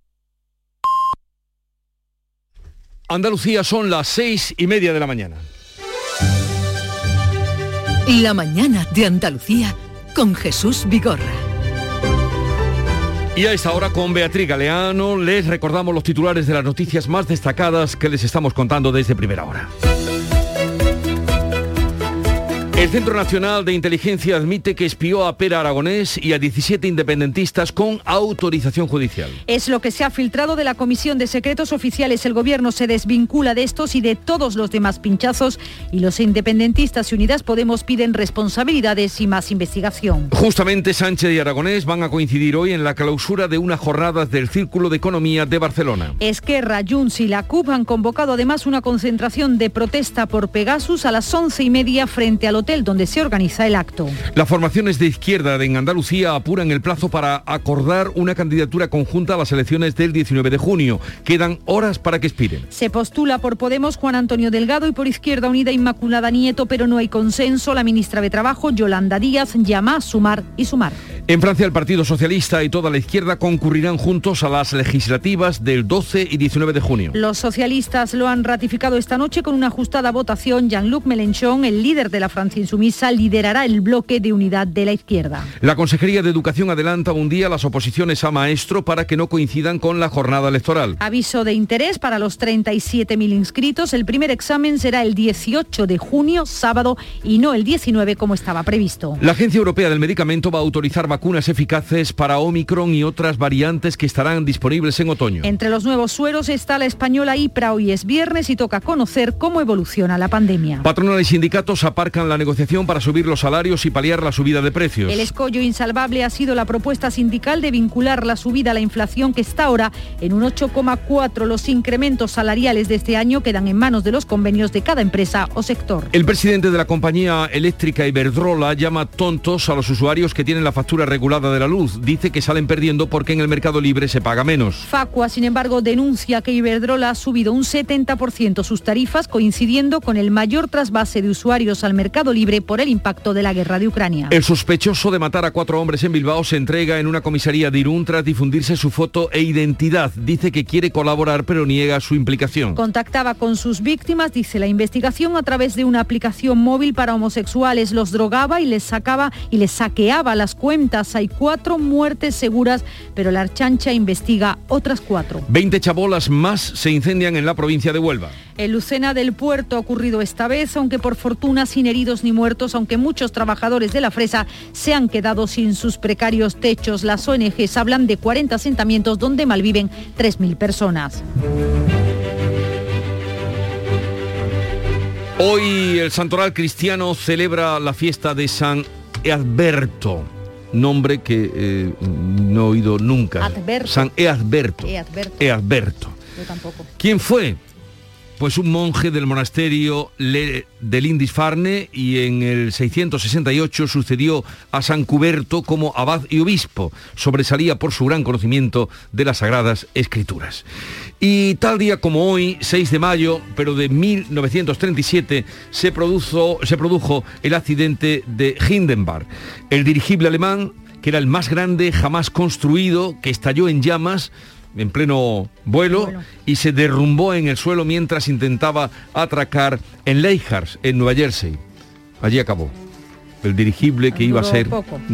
Andalucía, son las 6:30 de la mañana. La mañana de Andalucía con Jesús Vigorra. Y a esta hora con Beatriz Galeano les recordamos los titulares de las noticias más destacadas que les estamos contando desde primera hora. El Centro Nacional de Inteligencia admite que espió a Pere Aragonés y a 17 independentistas con autorización judicial. Es lo que se ha filtrado de la Comisión de Secretos Oficiales. El Gobierno se desvincula de estos y de todos los demás pinchazos, y los independentistas y Unidas Podemos piden responsabilidades y más investigación. Justamente Sánchez y Aragonés van a coincidir hoy en la clausura de unas jornadas del Círculo de Economía de Barcelona. Esquerra, Junts y la CUP han convocado además una concentración de protesta por Pegasus a las 11:30 frente al hotel donde se organiza el acto. Las formaciones de izquierda en Andalucía apuran el plazo para acordar una candidatura conjunta a las elecciones del 19 de junio. Quedan horas para que expiren. Se postula por Podemos Juan Antonio Delgado y por Izquierda Unida Inmaculada Nieto, pero no hay consenso. La ministra de Trabajo, Yolanda Díaz, llama a sumar y sumar. En Francia, el Partido Socialista y toda la izquierda concurrirán juntos a las legislativas del 12 y 19 de junio. Los socialistas lo han ratificado esta noche con una ajustada votación. Jean-Luc Mélenchon, el líder de la Francia Insumisa, liderará el bloque de unidad de la izquierda. La Consejería de Educación adelanta un día las oposiciones a maestro para que no coincidan con la jornada electoral. Aviso de interés para los 37.000 inscritos. El primer examen será el 18 de junio, sábado, y no el 19 como estaba previsto. La Agencia Europea del Medicamento va a autorizar vacunas eficaces para Omicron y otras variantes que estarán disponibles en otoño. Entre los nuevos sueros está la española Ipra. Hoy es viernes y toca conocer cómo evoluciona la pandemia. Patronal y sindicatos aparcan la negociación para subir los salarios y paliar la subida de precios. El escollo insalvable ha sido la propuesta sindical de vincular la subida a la inflación, que está ahora en un 8,4. Los incrementos salariales de este año quedan en manos de los convenios de cada empresa o sector. El presidente de la compañía eléctrica Iberdrola llama tontos a los usuarios que tienen la factura regulada de la luz. Dice que salen perdiendo porque en el mercado libre se paga menos. Facua, sin embargo, denuncia que Iberdrola ha subido un 70% sus tarifas, coincidiendo con el mayor trasvase de usuarios al mercado libre por el impacto de la guerra de Ucrania. El sospechoso de matar a 4 hombres en Bilbao se entrega en una comisaría de Irún tras difundirse su foto e identidad. Dice que quiere colaborar, pero niega su implicación. Contactaba con sus víctimas, dice la investigación, a través de una aplicación móvil para homosexuales. Los drogaba y les saqueaba las cuentas. Hay 4 muertes seguras, pero la Archancha investiga otras 4. 20 chabolas más se incendian en la provincia de Huelva. En Lucena del Puerto ha ocurrido esta vez, aunque por fortuna sin heridos ni muertos, aunque muchos trabajadores de la fresa se han quedado sin sus precarios techos. Las ONGs hablan de 40 asentamientos donde malviven 3.000 personas. Hoy el Santoral cristiano celebra la fiesta de San Eadberto, nombre que no he oído nunca. Adberto. San Eadberto. Eadberto. Yo tampoco. ¿Quién fue? Pues un monje del monasterio de Lindisfarne, y en el 668 sucedió a San Cuberto como abad y obispo. Sobresalía por su gran conocimiento de las Sagradas Escrituras. Y tal día como hoy, 6 de mayo, pero de 1937, se produjo el accidente de Hindenburg, el dirigible alemán, que era el más grande jamás construido, que estalló en llamas en pleno vuelo y se derrumbó en el suelo mientras intentaba atracar en Leichhardt, en Nueva Jersey. Allí acabó el dirigible que iba a ser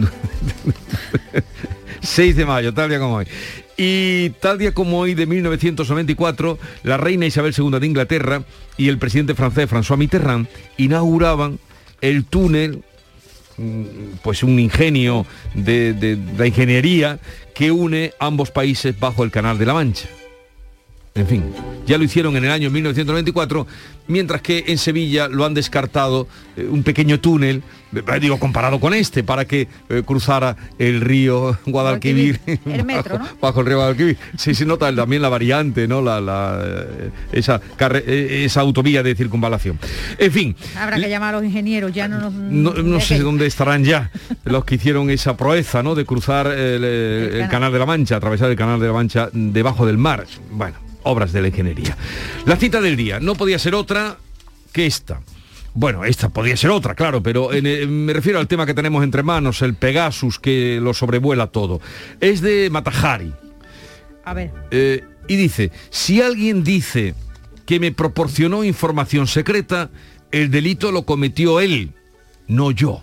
6 de mayo, tal día como hoy. Y tal día como hoy de 1994, la reina Isabel II de Inglaterra y el presidente francés François Mitterrand inauguraban el túnel, pues un ingenio de la ingeniería que une ambos países bajo el Canal de la Mancha. En fin. Ya lo hicieron en el año 1994, mientras que en Sevilla lo han descartado un pequeño túnel, comparado con este, para que cruzara el río Guadalquivir. El metro, ¿no? Bajo el río Guadalquivir. Sí, se nota también la variante, ¿no? Esa autovía de circunvalación. En fin. Habrá que llamar a los ingenieros, ya no sé dónde estarán ya los que hicieron esa proeza, ¿no? De cruzar el Canal de la Mancha, atravesar el Canal de la Mancha debajo del mar. Bueno, obras de la ingeniería. La cita del día no podía ser otra que esta. Bueno, esta podía ser otra, claro, pero me refiero al tema que tenemos entre manos, el Pegasus que lo sobrevuela todo. Es de Mata Hari. A ver. Y dice, si alguien dice que me proporcionó información secreta, el delito lo cometió él, no yo.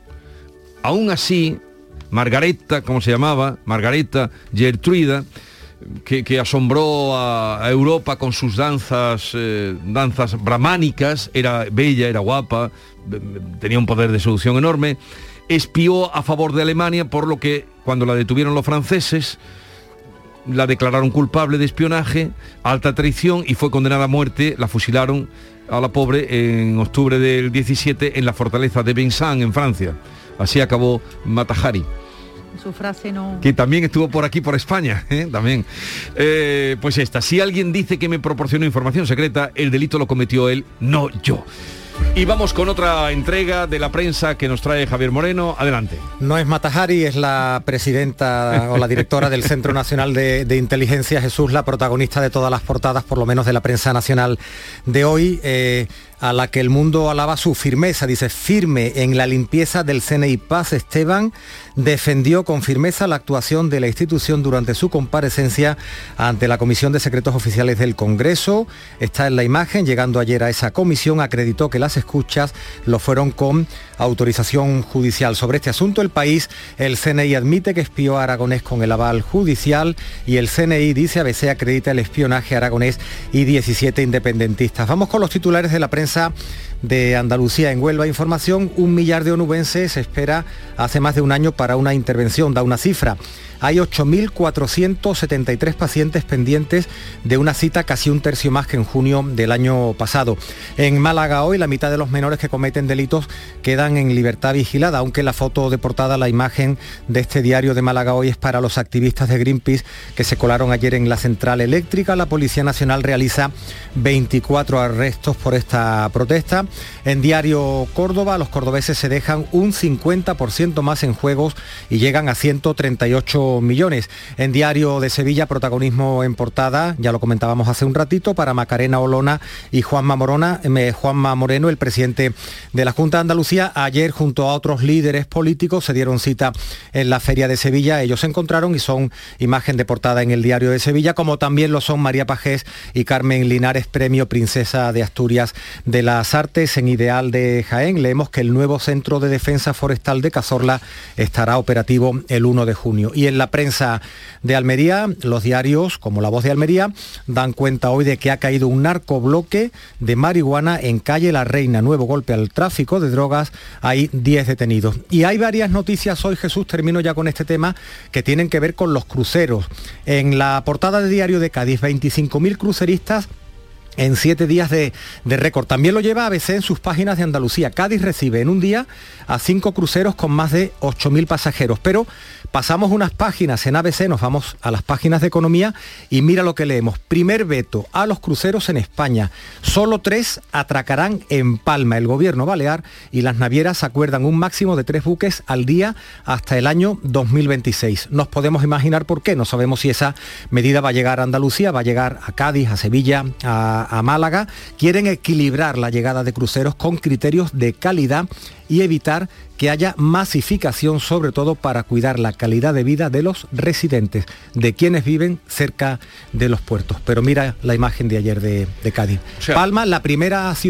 Aún así, Margareta, ¿cómo se llamaba? Margareta Gertruida, que asombró a Europa con sus danzas brahmánicas, era bella, era guapa, tenía un poder de seducción enorme, espió a favor de Alemania, por lo que cuando la detuvieron los franceses, la declararon culpable de espionaje, alta traición, y fue condenada a muerte. La fusilaron a la pobre en octubre del 17 en la fortaleza de Vincennes, en Francia. Así acabó Mata Hari. Su frase no... Que también estuvo por aquí, por España, también. Pues esta, si alguien dice que me proporcionó información secreta, el delito lo cometió él, no yo. Y vamos con otra entrega de la prensa que nos trae Javier Moreno. Adelante. No es Mata Hari, es la presidenta o la directora del Centro Nacional de Inteligencia, Jesús, la protagonista de todas las portadas, por lo menos de la prensa nacional de hoy, a la que el mundo alaba su firmeza. Dice, firme en la limpieza del CNI. Paz Esteban defendió con firmeza la actuación de la institución durante su comparecencia ante la Comisión de Secretos Oficiales del Congreso. Está en la imagen, llegando ayer a esa comisión, acreditó que las escuchas lo fueron con autorización judicial. Sobre este asunto, El País, el CNI admite que espió a Aragonés con el aval judicial, y el CNI, dice ABC, acredita el espionaje a Aragonés y 17 independentistas. Vamos con los titulares de la prensa de Andalucía. En Huelva, información, 1 millar de onubenses se espera hace más de un año para una intervención, da una cifra. Hay 8.473 pacientes pendientes de una cita, casi un tercio más que en junio del año pasado. En Málaga hoy, la mitad de los menores que cometen delitos quedan en libertad vigilada, aunque la foto de portada, la imagen de este diario de Málaga hoy, es para los activistas de Greenpeace que se colaron ayer en la central eléctrica. La Policía Nacional realiza 24 arrestos por esta protesta. En Diario Córdoba, los cordobeses se dejan un 50% más en juegos y llegan a 138 millones. En Diario de Sevilla, protagonismo en portada, ya lo comentábamos hace un ratito, para Macarena Olona y Juanma Moreno, el presidente de la Junta de Andalucía. Ayer, junto a otros líderes políticos, se dieron cita en la Feria de Sevilla. Ellos se encontraron y son imagen de portada en el Diario de Sevilla, como también lo son María Pajés y Carmen Linares, premio Princesa de Asturias de las Artes. En Ideal de Jaén leemos que el nuevo Centro de Defensa Forestal de Cazorla estará operativo el 1 de junio. Y en la prensa de Almería, los diarios, como La Voz de Almería, dan cuenta hoy de que ha caído un narcobloque de marihuana en calle La Reina. Nuevo golpe al tráfico de drogas, hay 10 detenidos. Y hay varias noticias hoy, Jesús, termino ya con este tema, que tienen que ver con los cruceros. En la portada de Diario de Cádiz, 25.000 cruceristas en 7 días de récord. También lo lleva ABC en sus páginas de Andalucía. Cádiz recibe en un día a 5 cruceros con más de 8.000 pasajeros. Pero pasamos unas páginas en ABC, nos vamos a las páginas de economía y mira lo que leemos. Primer veto a los cruceros en España. Solo 3 atracarán en Palma. El gobierno balear y las navieras acuerdan un máximo de 3 buques al día hasta el año 2026. Nos podemos imaginar por qué. No sabemos si esa medida va a llegar a Andalucía, va a llegar a Cádiz, a Sevilla, a Málaga. Quieren equilibrar la llegada de cruceros con criterios de calidad y evitar que haya masificación, sobre todo para cuidar la calidad de vida de los residentes, de quienes viven cerca de los puertos. Pero mira la imagen de ayer de Cádiz. O sea, Palma, la primera ciudad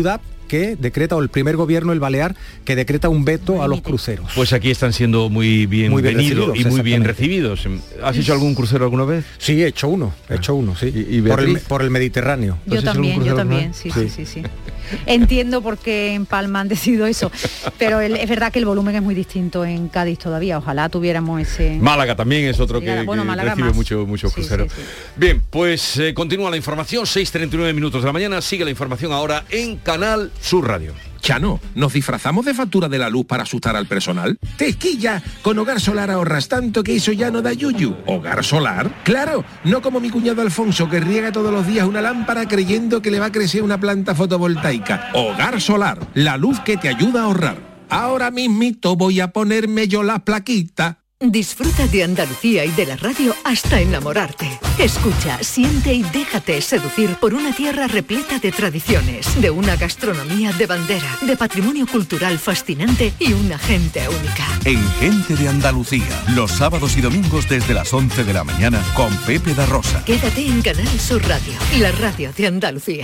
que decreta, o el primer gobierno, el balear, que decreta un veto a los cruceros. Pues aquí están siendo muy bien venidos y muy bien recibidos. ¿Has hecho algún crucero alguna vez? Sí, he hecho uno, sí. ¿Y por el Mediterráneo. Yo también, sí. Entiendo por qué en Palma han decidido eso, pero es verdad que el volumen es muy distinto en Cádiz todavía. Ojalá tuviéramos ese... Málaga también es otro que recibe muchos cruceros. Sí. Bien, pues continúa la información, 6:39 minutos de la mañana, sigue la información ahora en Canal Sur Radio. Chano, ¿nos disfrazamos de factura de la luz para asustar al personal? ¡Tequilla! Con Hogar Solar ahorras tanto que eso ya no da yuyu. ¿Hogar Solar? ¡Claro! No como mi cuñado Alfonso, que riega todos los días una lámpara creyendo que le va a crecer una planta fotovoltaica. Hogar Solar, la luz que te ayuda a ahorrar. Ahora mismito voy a ponerme yo la plaquita. Disfruta de Andalucía y de la radio hasta enamorarte. Escucha, siente y déjate seducir por una tierra repleta de tradiciones, de una gastronomía de bandera, de patrimonio cultural fascinante y una gente única. En Gente de Andalucía, los sábados y domingos desde las 11 de la mañana con Pepe da Rosa. Quédate en Canal Sur Radio, la radio de Andalucía.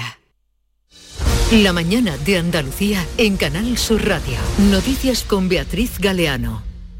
La mañana de Andalucía en Canal Sur Radio. Noticias con Beatriz Galeano.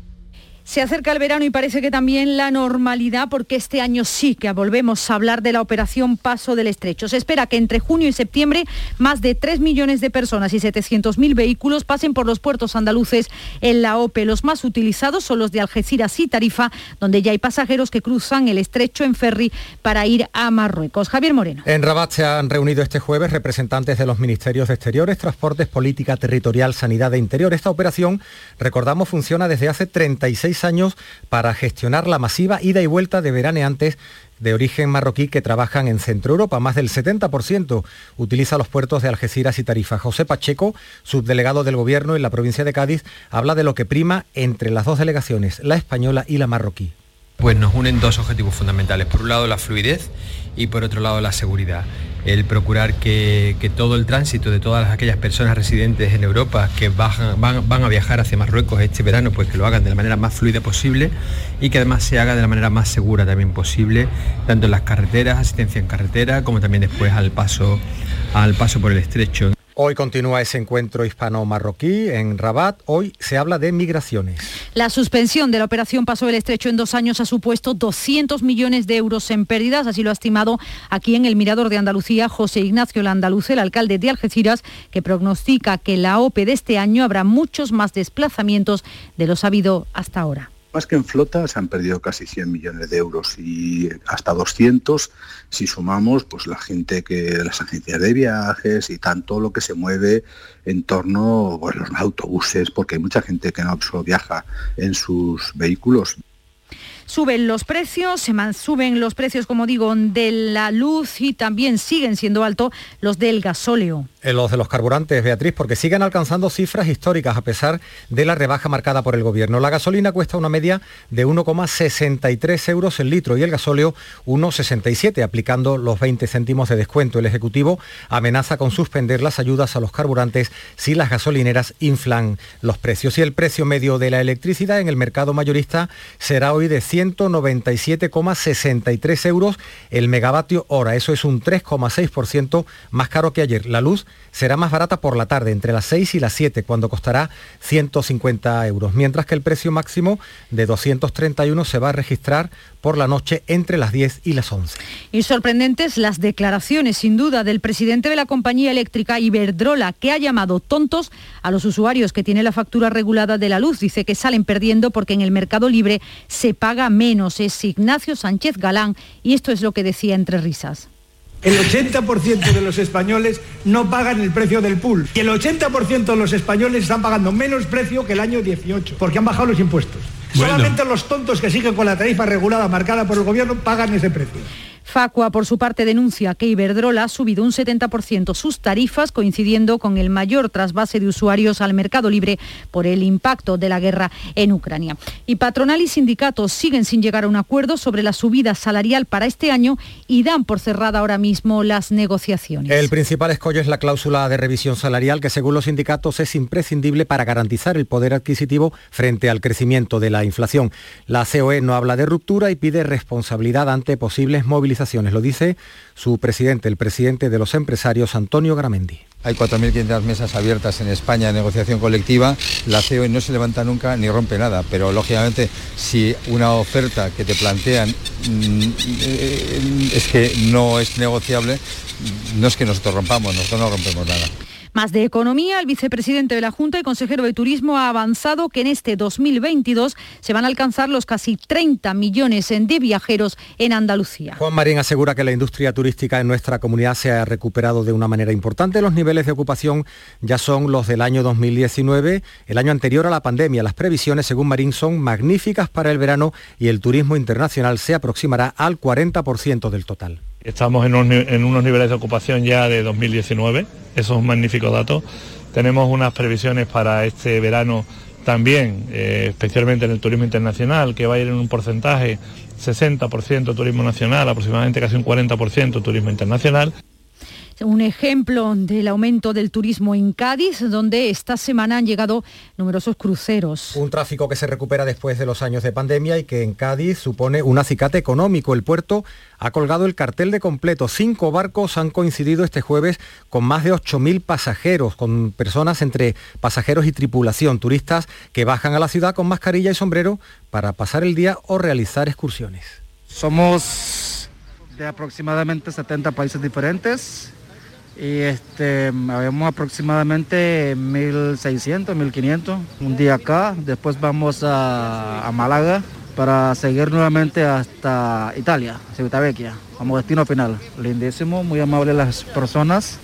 Se acerca el verano y parece que también la normalidad, porque este año sí que volvemos a hablar de la operación Paso del Estrecho. Se espera que entre junio y septiembre más de 3 millones de personas y 700.000 vehículos pasen por los puertos andaluces en la OPE. Los más utilizados son los de Algeciras y Tarifa, donde ya hay pasajeros que cruzan el estrecho en ferry para ir a Marruecos. Javier Moreno. En Rabat se han reunido este jueves representantes de los Ministerios de Exteriores, Transportes, Política Territorial, Sanidad e Interior. Esta operación, recordamos, funciona desde hace 36 años para gestionar la masiva ida y vuelta de veraneantes de origen marroquí que trabajan en Centro Europa. Más del 70% utiliza los puertos de Algeciras y Tarifa. José Pacheco, subdelegado del Gobierno en la provincia de Cádiz, habla de lo que prima entre las dos delegaciones, la española y la marroquí. Pues nos unen dos objetivos fundamentales. Por un lado, la fluidez y por otro lado, la seguridad. El procurar que todo el tránsito de todas aquellas personas residentes en Europa que van a viajar hacia Marruecos este verano, pues que lo hagan de la manera más fluida posible y que además se haga de la manera más segura también posible, tanto en las carreteras, asistencia en carretera, como también después al paso por el estrecho. Hoy continúa ese encuentro hispano-marroquí en Rabat. Hoy se habla de migraciones. La suspensión de la operación Paso del Estrecho en 2 años ha supuesto 200 millones de euros en pérdidas. Así lo ha estimado aquí en el Mirador de Andalucía José Ignacio Landaluce, el alcalde de Algeciras, que prognostica que en la OPE de este año habrá muchos más desplazamientos de los habido hasta ahora. Más que en flota se han perdido casi 100 millones de euros y hasta 200 si sumamos pues la gente que las agencias de viajes y tanto lo que se mueve en torno a los autobuses, porque hay mucha gente que no solo viaja en sus vehículos. Suben los precios, suben los precios, como digo, de la luz y también siguen siendo altos los del gasóleo. Los de los carburantes, Beatriz, porque siguen alcanzando cifras históricas a pesar de la rebaja marcada por el Gobierno. La gasolina cuesta una media de 1,63 euros el litro y el gasóleo 1,67, aplicando los 20 céntimos de descuento. El Ejecutivo amenaza con suspender las ayudas a los carburantes si las gasolineras inflan los precios. Y el precio medio de la electricidad en el mercado mayorista será hoy de 197,63 euros el megavatio hora. Eso es un 3,6% más caro que ayer. La luz será más barata por la tarde, entre las 6 y las 7, cuando costará 150 euros, mientras que el precio máximo de 231 se va a registrar por la noche entre las 10 y las 11. Y sorprendentes las declaraciones, sin duda, del presidente de la compañía eléctrica Iberdrola, que ha llamado tontos a los usuarios que tienen la factura regulada de la luz. Dice que salen perdiendo porque en el mercado libre se paga menos. Es Ignacio Sánchez Galán y esto es lo que decía entre risas. El 80% de los españoles no pagan el precio del pool y el 80% de los españoles están pagando menos precio que el año 18 porque han bajado los impuestos. Bueno. Solamente los tontos que siguen con la tarifa regulada marcada por el Gobierno pagan ese precio. Facua, por su parte, denuncia que Iberdrola ha subido un 70% sus tarifas, coincidiendo con el mayor trasvase de usuarios al mercado libre por el impacto de la guerra en Ucrania. Y patronal y sindicatos siguen sin llegar a un acuerdo sobre la subida salarial para este año y dan por cerrada ahora mismo las negociaciones. El principal escollo es la cláusula de revisión salarial, que según los sindicatos es imprescindible para garantizar el poder adquisitivo frente al crecimiento de la inflación. La COE no habla de ruptura y pide responsabilidad ante posibles movilizaciones movilizaciones. Lo dice su presidente, el presidente de los empresarios, Antonio Gramendi. Hay 4.500 mesas abiertas en España de negociación colectiva. La COE no se levanta nunca ni rompe nada, pero lógicamente si una oferta que te plantean es que no es negociable, no es que nosotros rompamos, nosotros no rompemos nada. Más de economía, el vicepresidente de la Junta y consejero de Turismo ha avanzado que en este 2022 se van a alcanzar los casi 30 millones de viajeros en Andalucía. Juan Marín asegura que la industria turística en nuestra comunidad se ha recuperado de una manera importante. Los niveles de ocupación ya son los del año 2019, el año anterior a la pandemia. Las previsiones, según Marín, son magníficas para el verano y el turismo internacional se aproximará al 40% del total. Estamos en unos niveles de ocupación ya de 2019, eso es un magnífico dato. Tenemos unas previsiones para este verano también, especialmente en el turismo internacional, que va a ir en un porcentaje 60% turismo nacional, aproximadamente casi un 40% turismo internacional. Un ejemplo del aumento del turismo en Cádiz, donde esta semana han llegado numerosos cruceros. Un tráfico que se recupera después de los años de pandemia y que en Cádiz supone un acicate económico. El puerto ha colgado el cartel de completo. 5 barcos han coincidido este jueves con más de 8.000 pasajeros, con personas entre pasajeros y tripulación, turistas que bajan a la ciudad con mascarilla y sombrero para pasar el día o realizar excursiones. Somos de aproximadamente 70 países diferentes. Y habemos aproximadamente 1.600, 1.500, un día acá, después vamos a Málaga para seguir nuevamente hasta Italia, Civitavecchia, como destino final. Lindísimo, muy amables las personas.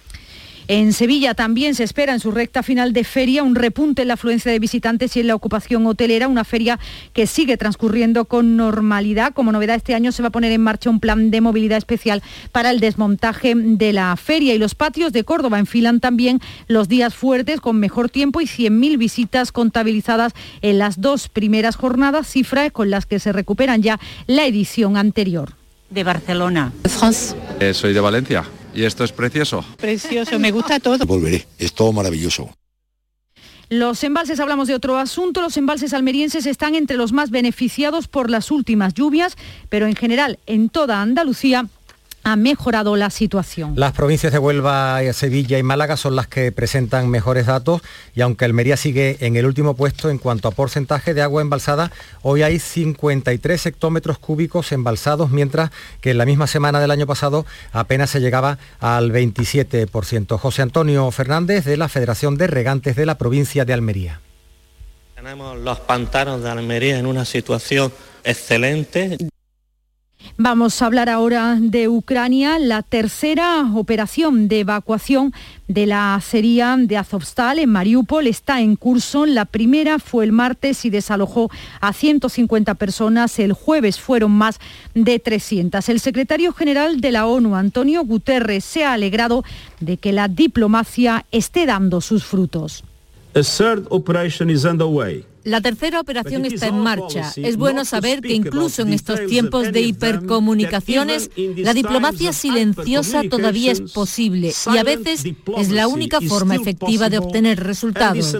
En Sevilla también se espera en su recta final de feria un repunte en la afluencia de visitantes y en la ocupación hotelera, una feria que sigue transcurriendo con normalidad. Como novedad, este año se va a poner en marcha un plan de movilidad especial para el desmontaje de la feria, y los patios de Córdoba enfilan también los días fuertes con mejor tiempo y 100.000 visitas contabilizadas en las 2 primeras jornadas, cifras con las que se recuperan ya la edición anterior. De Barcelona. Soy de Valencia. Y esto es precioso. Precioso, me gusta todo. Volveré, es todo maravilloso. Los embalses, hablamos de otro asunto, los embalses almerienses están entre los más beneficiados por las últimas lluvias, pero en general en toda Andalucía ha mejorado la situación. Las provincias de Huelva, Sevilla y Málaga son las que presentan mejores datos, y aunque Almería sigue en el último puesto en cuanto a porcentaje de agua embalsada, hoy hay 53 hectómetros cúbicos embalsados, mientras que en la misma semana del año pasado apenas se llegaba al 27%. José Antonio Fernández, de la Federación de Regantes de la provincia de Almería. Tenemos los pantanos de Almería en una situación excelente. Vamos a hablar ahora de Ucrania. La tercera operación de evacuación de la acería de Azovstal en Mariupol está en curso. La primera fue el martes y desalojó a 150 personas. El jueves fueron más de 300. El secretario general de la ONU, Antonio Guterres, se ha alegrado de que la diplomacia esté dando sus frutos. La tercera operación está en marcha. Es bueno saber que incluso en estos tiempos de hipercomunicaciones, la diplomacia silenciosa todavía es posible y a veces es la única forma efectiva de obtener resultados.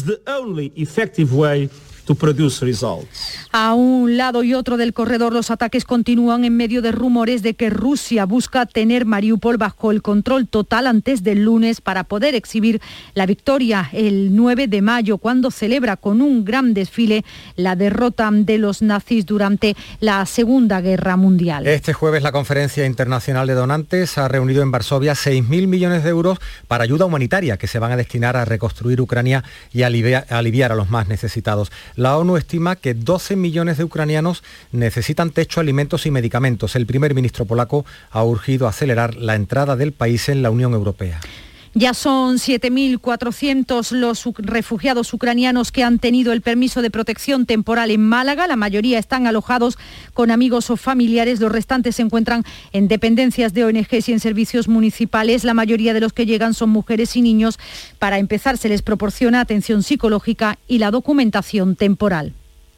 A un lado y otro del corredor, los ataques continúan en medio de rumores de que Rusia busca tener Mariupol bajo el control total antes del lunes para poder exhibir la victoria el 9 de mayo, cuando celebra con un gran desfile la derrota de los nazis durante la Segunda Guerra Mundial. Este jueves la Conferencia Internacional de Donantes ha reunido en Varsovia 6.000 millones de euros para ayuda humanitaria que se van a destinar a reconstruir Ucrania y a aliviar a los más necesitados. La ONU estima que 12 millones de ucranianos necesitan techo, alimentos y medicamentos. El primer ministro polaco ha urgido a acelerar la entrada del país en la Unión Europea. Ya son 7.400 los refugiados ucranianos que han tenido el permiso de protección temporal en Málaga. La mayoría están alojados con amigos o familiares. Los restantes se encuentran en dependencias de ONGs y en servicios municipales. La mayoría de los que llegan son mujeres y niños. Para empezar, se les proporciona atención psicológica y la documentación temporal.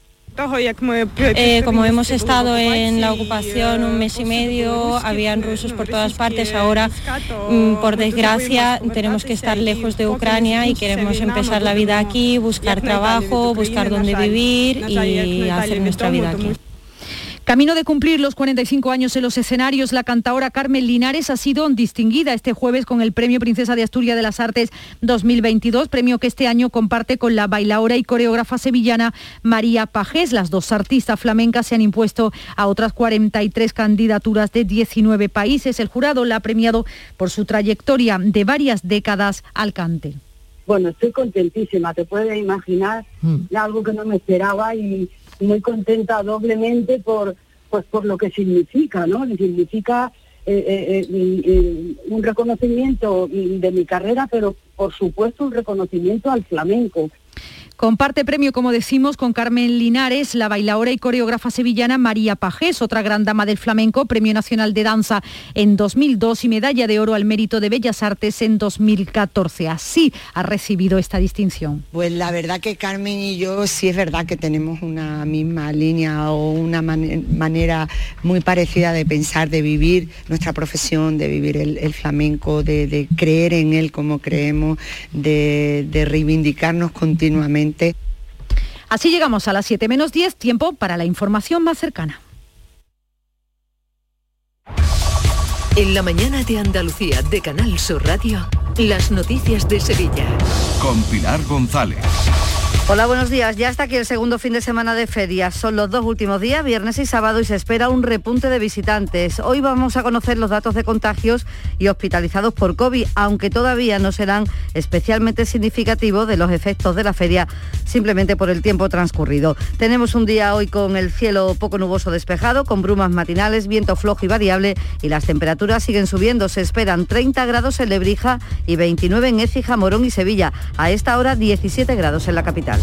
Como hemos estado en la ocupación un mes y medio, habían rusos por todas partes. Ahora, por desgracia, tenemos que estar lejos de Ucrania y queremos empezar la vida aquí, buscar trabajo, buscar dónde vivir y hacer nuestra vida aquí. Camino de cumplir los 45 años en los escenarios, la cantaora Carmen Linares ha sido distinguida este jueves con el Premio Princesa de Asturias de las Artes 2022, premio que este año comparte con la bailaora y coreógrafa sevillana María Pajés. Las dos artistas flamencas se han impuesto a otras 43 candidaturas de 19 países. El jurado la ha premiado por su trayectoria de varias décadas al cante. Bueno, estoy contentísima, te puedes imaginar, algo que no me esperaba y muy contenta doblemente por lo que significa, ¿no? Significa un reconocimiento de mi carrera, pero por supuesto un reconocimiento al flamenco. Comparte premio, como decimos, con Carmen Linares, la bailaora y coreógrafa sevillana María Pajés, otra gran dama del flamenco, Premio Nacional de Danza en 2002 y Medalla de Oro al Mérito de Bellas Artes en 2014. Así ha recibido esta distinción. Pues la verdad que Carmen y yo sí es verdad que tenemos una misma línea o una manera muy parecida de pensar, de vivir nuestra profesión, de vivir el flamenco, de creer en él como creemos, de reivindicarnos continuamente. Así llegamos a las 7:10, tiempo para la información más cercana. En la mañana de Andalucía de Canal Sur Radio, las noticias de Sevilla. Con Pilar González. Hola, buenos días. Ya está aquí el segundo fin de semana de ferias. Son los dos últimos días, viernes y sábado, y se espera un repunte de visitantes. Hoy vamos a conocer los datos de contagios y hospitalizados por COVID, aunque todavía no serán especialmente significativos de los efectos de la feria, simplemente por el tiempo transcurrido. Tenemos un día hoy con el cielo poco nuboso despejado, con brumas matinales, viento flojo y variable, y las temperaturas siguen subiendo. Se esperan 30 grados en Lebrija y 29 en Écija, Morón y Sevilla. A esta hora 17 grados en la capital.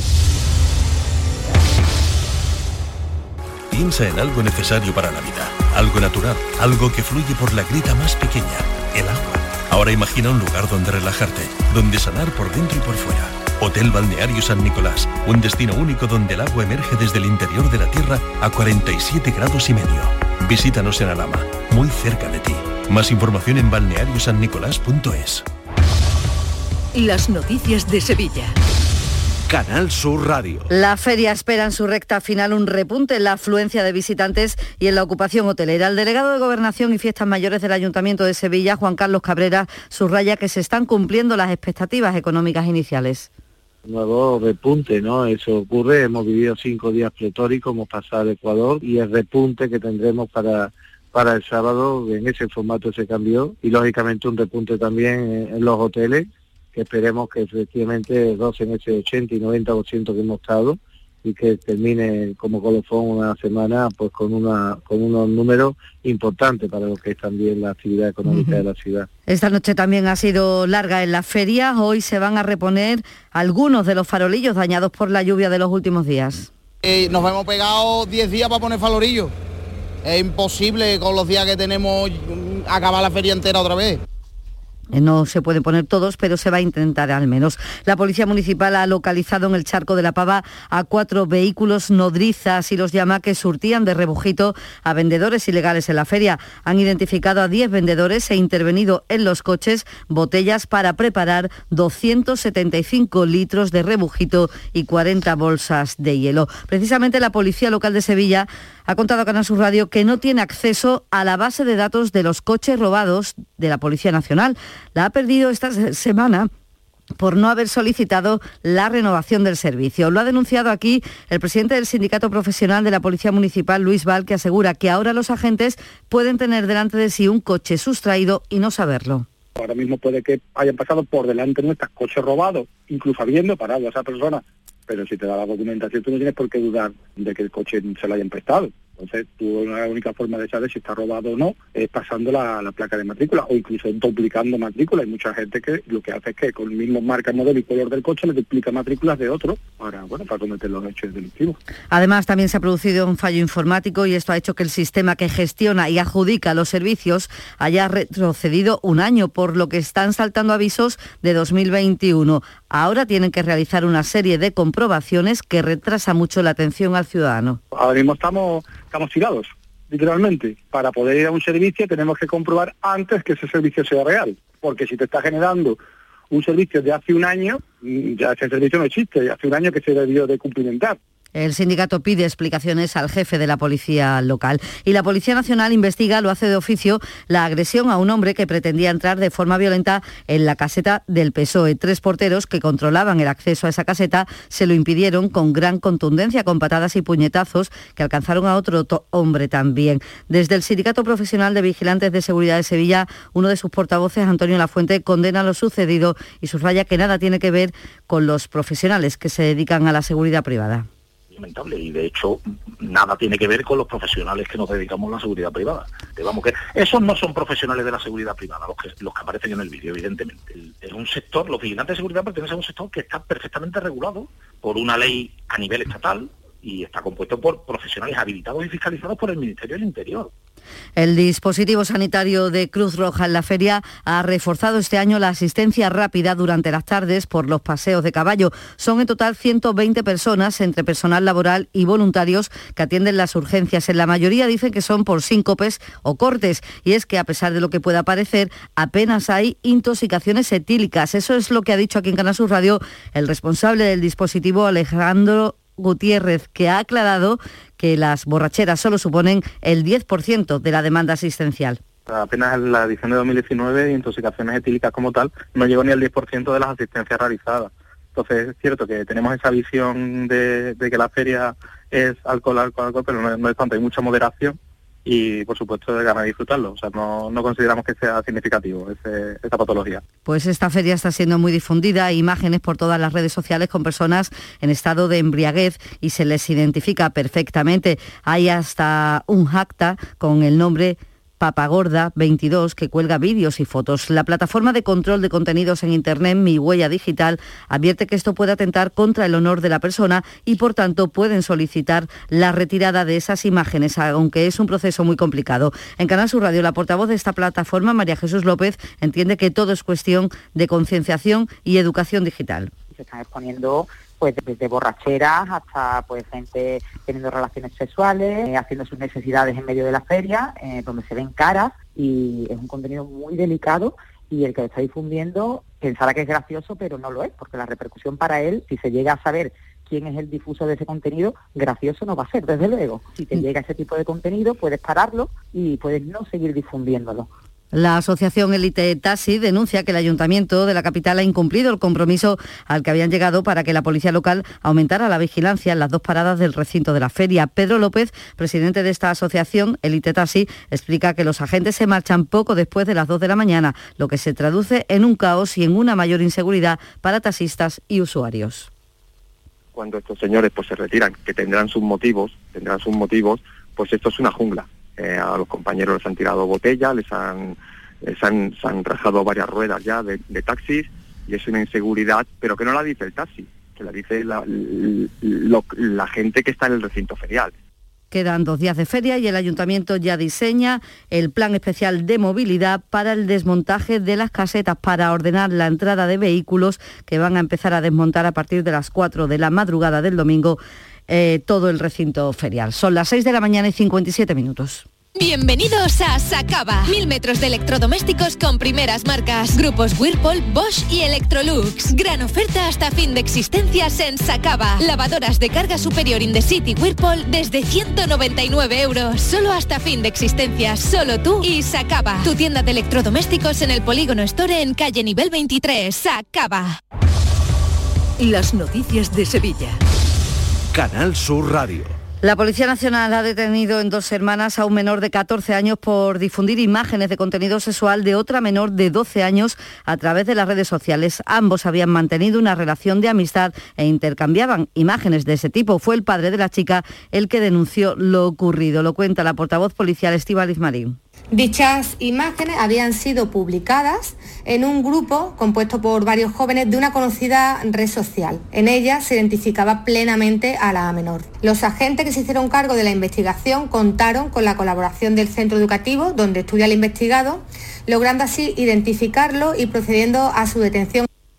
Piensa en algo necesario para la vida, algo natural, algo que fluye por la grita más pequeña, el agua. Ahora imagina un lugar donde relajarte, donde sanar por dentro y por fuera. Hotel Balneario San Nicolás, un destino único donde el agua emerge desde el interior de la tierra a 47 grados y medio. Visítanos en Alhama, muy cerca de ti. Más información en balneariosannicolás.es. Las noticias de Sevilla. Canal Sur Radio. La feria espera en su recta final un repunte en la afluencia de visitantes y en la ocupación hotelera. El delegado de Gobernación y Fiestas Mayores del Ayuntamiento de Sevilla, Juan Carlos Cabrera, subraya que se están cumpliendo las expectativas económicas iniciales. Nuevo repunte, ¿no? Eso ocurre, hemos vivido 5 días pletóricos, hemos pasado al Ecuador, y el repunte que tendremos para el sábado, en ese formato se cambió, y lógicamente un repunte también en los hoteles, que esperemos que efectivamente rocen ese 80 y 90% que hemos estado, y que termine como colofón una semana pues con unos números importantes para lo que es también la actividad económica de la ciudad. Esta noche también ha sido larga en la feria. Hoy se van a reponer algunos de los farolillos dañados por la lluvia de los últimos días. Nos hemos pegado 10 días para poner farolillos. Es imposible con los días que tenemos acabar la feria entera otra vez. No se pueden poner todos, pero se va a intentar al menos. La Policía Municipal ha localizado en el Charco de la Pava a 4 vehículos nodrizas y los llama que surtían de rebujito a vendedores ilegales en la feria. Han identificado a 10 vendedores e intervenido en los coches botellas para preparar 275 litros de rebujito y 40 bolsas de hielo. Precisamente la Policía Local de Sevilla ha contado a Canal Sur Radio que no tiene acceso a la base de datos de los coches robados de la Policía Nacional. La ha perdido esta semana por no haber solicitado la renovación del servicio. Lo ha denunciado aquí el presidente del Sindicato Profesional de la Policía Municipal, Luis Val, que asegura que ahora los agentes pueden tener delante de sí un coche sustraído y no saberlo. Ahora mismo puede que hayan pasado por delante nuestros coches robados, incluso habiendo parado a esa persona. Pero si te da la documentación, tú no tienes por qué dudar de que el coche se lo hayan prestado. Entonces, la única forma de saber si está robado o no es pasando la placa de matrícula o incluso duplicando matrícula. Hay mucha gente que lo que hace es que con el mismo marca, modelo y color del coche le duplica matrículas de otro para cometer los hechos delictivos. Además, también se ha producido un fallo informático y esto ha hecho que el sistema que gestiona y adjudica los servicios haya retrocedido un año, por lo que están saltando avisos de 2021. Ahora tienen que realizar una serie de comprobaciones que retrasa mucho la atención al ciudadano. Ahora mismo estamos tirados, literalmente. Para poder ir a un servicio tenemos que comprobar antes que ese servicio sea real, porque si te está generando un servicio de hace un año, ya ese servicio no existe, hace un año que se debió de cumplimentar. El sindicato pide explicaciones al jefe de la policía local. Y la Policía Nacional investiga, lo hace de oficio, la agresión a un hombre que pretendía entrar de forma violenta en la caseta del PSOE. 3 porteros que controlaban el acceso a esa caseta se lo impidieron con gran contundencia, con patadas y puñetazos que alcanzaron a otro hombre también. Desde el Sindicato Profesional de Vigilantes de Seguridad de Sevilla, uno de sus portavoces, Antonio Lafuente, condena lo sucedido y subraya que nada tiene que ver con los profesionales que se dedican a la seguridad privada. Lamentable, y de hecho nada tiene que ver con los profesionales que nos dedicamos a la seguridad privada. Vamos, que esos no son profesionales de la seguridad privada los que aparecen en el vídeo, evidentemente. Es un sector, los vigilantes de seguridad pertenecen a un sector que está perfectamente regulado por una ley a nivel estatal y está compuesto por profesionales habilitados y fiscalizados por el Ministerio del Interior. El dispositivo sanitario de Cruz Roja en la feria ha reforzado este año la asistencia rápida durante las tardes por los paseos de caballo. Son en total 120 personas, entre personal laboral y voluntarios, que atienden las urgencias. En la mayoría dicen que son por síncopes o cortes. Y es que, a pesar de lo que pueda parecer, apenas hay intoxicaciones etílicas. Eso es lo que ha dicho aquí en Canal Sur Radio el responsable del dispositivo, Alejandro Gutiérrez, que ha aclarado que las borracheras solo suponen el 10% de la demanda asistencial. Apenas en la edición de 2019, intoxicaciones etílicas como tal, no llegó ni al 10% de las asistencias realizadas. Entonces es cierto que tenemos esa visión de que la feria es alcohol, pero no es tanto, hay mucha moderación y por supuesto de ganas de disfrutarlo. O sea, no consideramos que sea significativo esta patología. Pues esta feria está siendo muy difundida, hay imágenes por todas las redes sociales con personas en estado de embriaguez y se les identifica perfectamente. Hay hasta un acta con el nombre Papagorda 22 que cuelga vídeos y fotos. La plataforma de control de contenidos en Internet, Mi Huella Digital, advierte que esto puede atentar contra el honor de la persona y, por tanto, pueden solicitar la retirada de esas imágenes, aunque es un proceso muy complicado. En Canal Sur Radio, la portavoz de esta plataforma, María Jesús López, entiende que todo es cuestión de concienciación y educación digital. Se están exponiendo pues desde borracheras hasta pues gente teniendo relaciones sexuales, haciendo sus necesidades en medio de la feria, donde se ven caras, y es un contenido muy delicado, y el que lo está difundiendo pensará que es gracioso, pero no lo es, porque la repercusión para él, si se llega a saber quién es el difusor de ese contenido, gracioso no va a ser, desde luego. Si te llega ese tipo de contenido, puedes pararlo y puedes no seguir difundiéndolo. La asociación Elite Taxi denuncia que el Ayuntamiento de la capital ha incumplido el compromiso al que habían llegado para que la policía local aumentara la vigilancia en las 2 paradas del recinto de la feria. Pedro López, presidente de esta asociación Elite Taxi, explica que los agentes se marchan poco después de las 2 de la mañana, lo que se traduce en un caos y en una mayor inseguridad para taxistas y usuarios. Cuando estos señores pues se retiran, que tendrán sus motivos, pues esto es una jungla. A los compañeros les han tirado botellas, se han rajado varias ruedas ya de taxis, y es una inseguridad, pero que no la dice el taxi, que la dice la gente que está en el recinto ferial. Quedan 2 días de feria y el Ayuntamiento ya diseña el plan especial de movilidad para el desmontaje de las casetas, para ordenar la entrada de vehículos que van a empezar a desmontar a partir de las 4 de la madrugada del domingo todo el recinto ferial. Son las 6 de la mañana y 57 minutos. Bienvenidos a Sacaba. 1000 metros de electrodomésticos con primeras marcas. Grupos Whirlpool, Bosch y Electrolux. Gran oferta hasta fin de existencias en Sacaba. Lavadoras de carga superior in the city Whirlpool desde 199 €. Solo hasta fin de existencias. Solo tú y Sacaba. Tu tienda de electrodomésticos en el Polígono Store en calle nivel 23. Sacaba. Las noticias de Sevilla. Canal Sur Radio. La Policía Nacional ha detenido en 2 semanas a un menor de 14 años por difundir imágenes de contenido sexual de otra menor de 12 años a través de las redes sociales. Ambos habían mantenido una relación de amistad e intercambiaban imágenes de ese tipo. Fue el padre de la chica el que denunció lo ocurrido. Lo cuenta la portavoz policial Estíbaliz Marín. Dichas imágenes habían sido publicadas en un grupo compuesto por varios jóvenes de una conocida red social. En ella se identificaba plenamente a la menor. Los agentes que se hicieron cargo de la investigación contaron con la colaboración del centro educativo donde estudia el investigado, logrando así identificarlo y procediendo a su detención.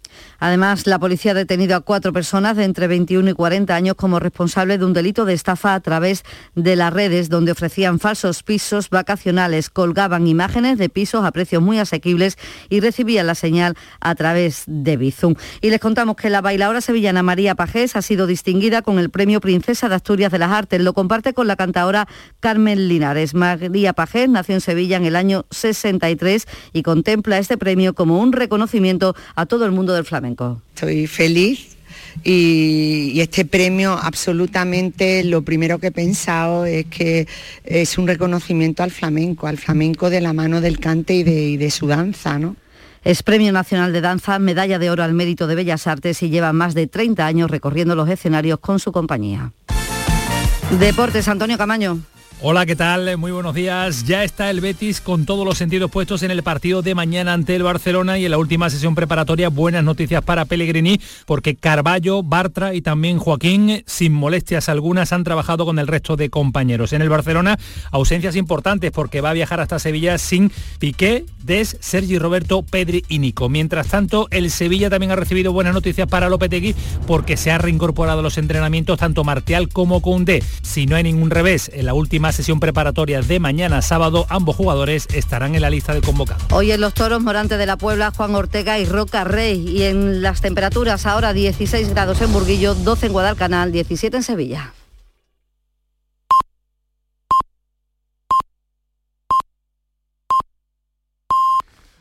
Además, la policía ha detenido a 4 personas de entre 21 y 40 años como responsables de un delito de estafa a través de las redes, donde ofrecían falsos pisos vacacionales, colgaban imágenes de pisos a precios muy asequibles y recibían la señal a través de Bizum. Y les contamos que la bailaora sevillana María Pajés ha sido distinguida con el premio Princesa de Asturias de las Artes. Lo comparte con la cantaora Carmen Linares. María Pajés nació en Sevilla en el año 63 y contempla este premio como un reconocimiento a todo el mundo del flamenco. Estoy feliz y este premio absolutamente lo primero que he pensado es que es un reconocimiento al flamenco de la mano del cante y de su danza, ¿no? Es Premio Nacional de Danza, medalla de oro al mérito de Bellas Artes y lleva más de 30 años recorriendo los escenarios con su compañía. Deportes, Antonio Camaño. Hola, ¿qué tal? Muy buenos días. Ya está el Betis con todos los sentidos puestos en el partido de mañana ante el Barcelona y en la última sesión preparatoria buenas noticias para Pellegrini porque Carballo, Bartra y también Joaquín, sin molestias algunas, han trabajado con el resto de compañeros. En el Barcelona, ausencias importantes porque va a viajar hasta Sevilla sin Piqué, Des, Sergi Roberto, Pedri y Nico. Mientras tanto, el Sevilla también ha recibido buenas noticias para Lopetegui porque se ha reincorporado a los entrenamientos tanto Martial como Koundé. Si no hay ningún revés en la última sesión preparatoria de mañana sábado, ambos jugadores estarán en la lista de convocados. Hoy en los toros, Morante de la Puebla, Juan Ortega y Roca Rey. Y en las temperaturas ahora 16 grados en Burguillo, 12 en Guadalcanal, 17 en Sevilla.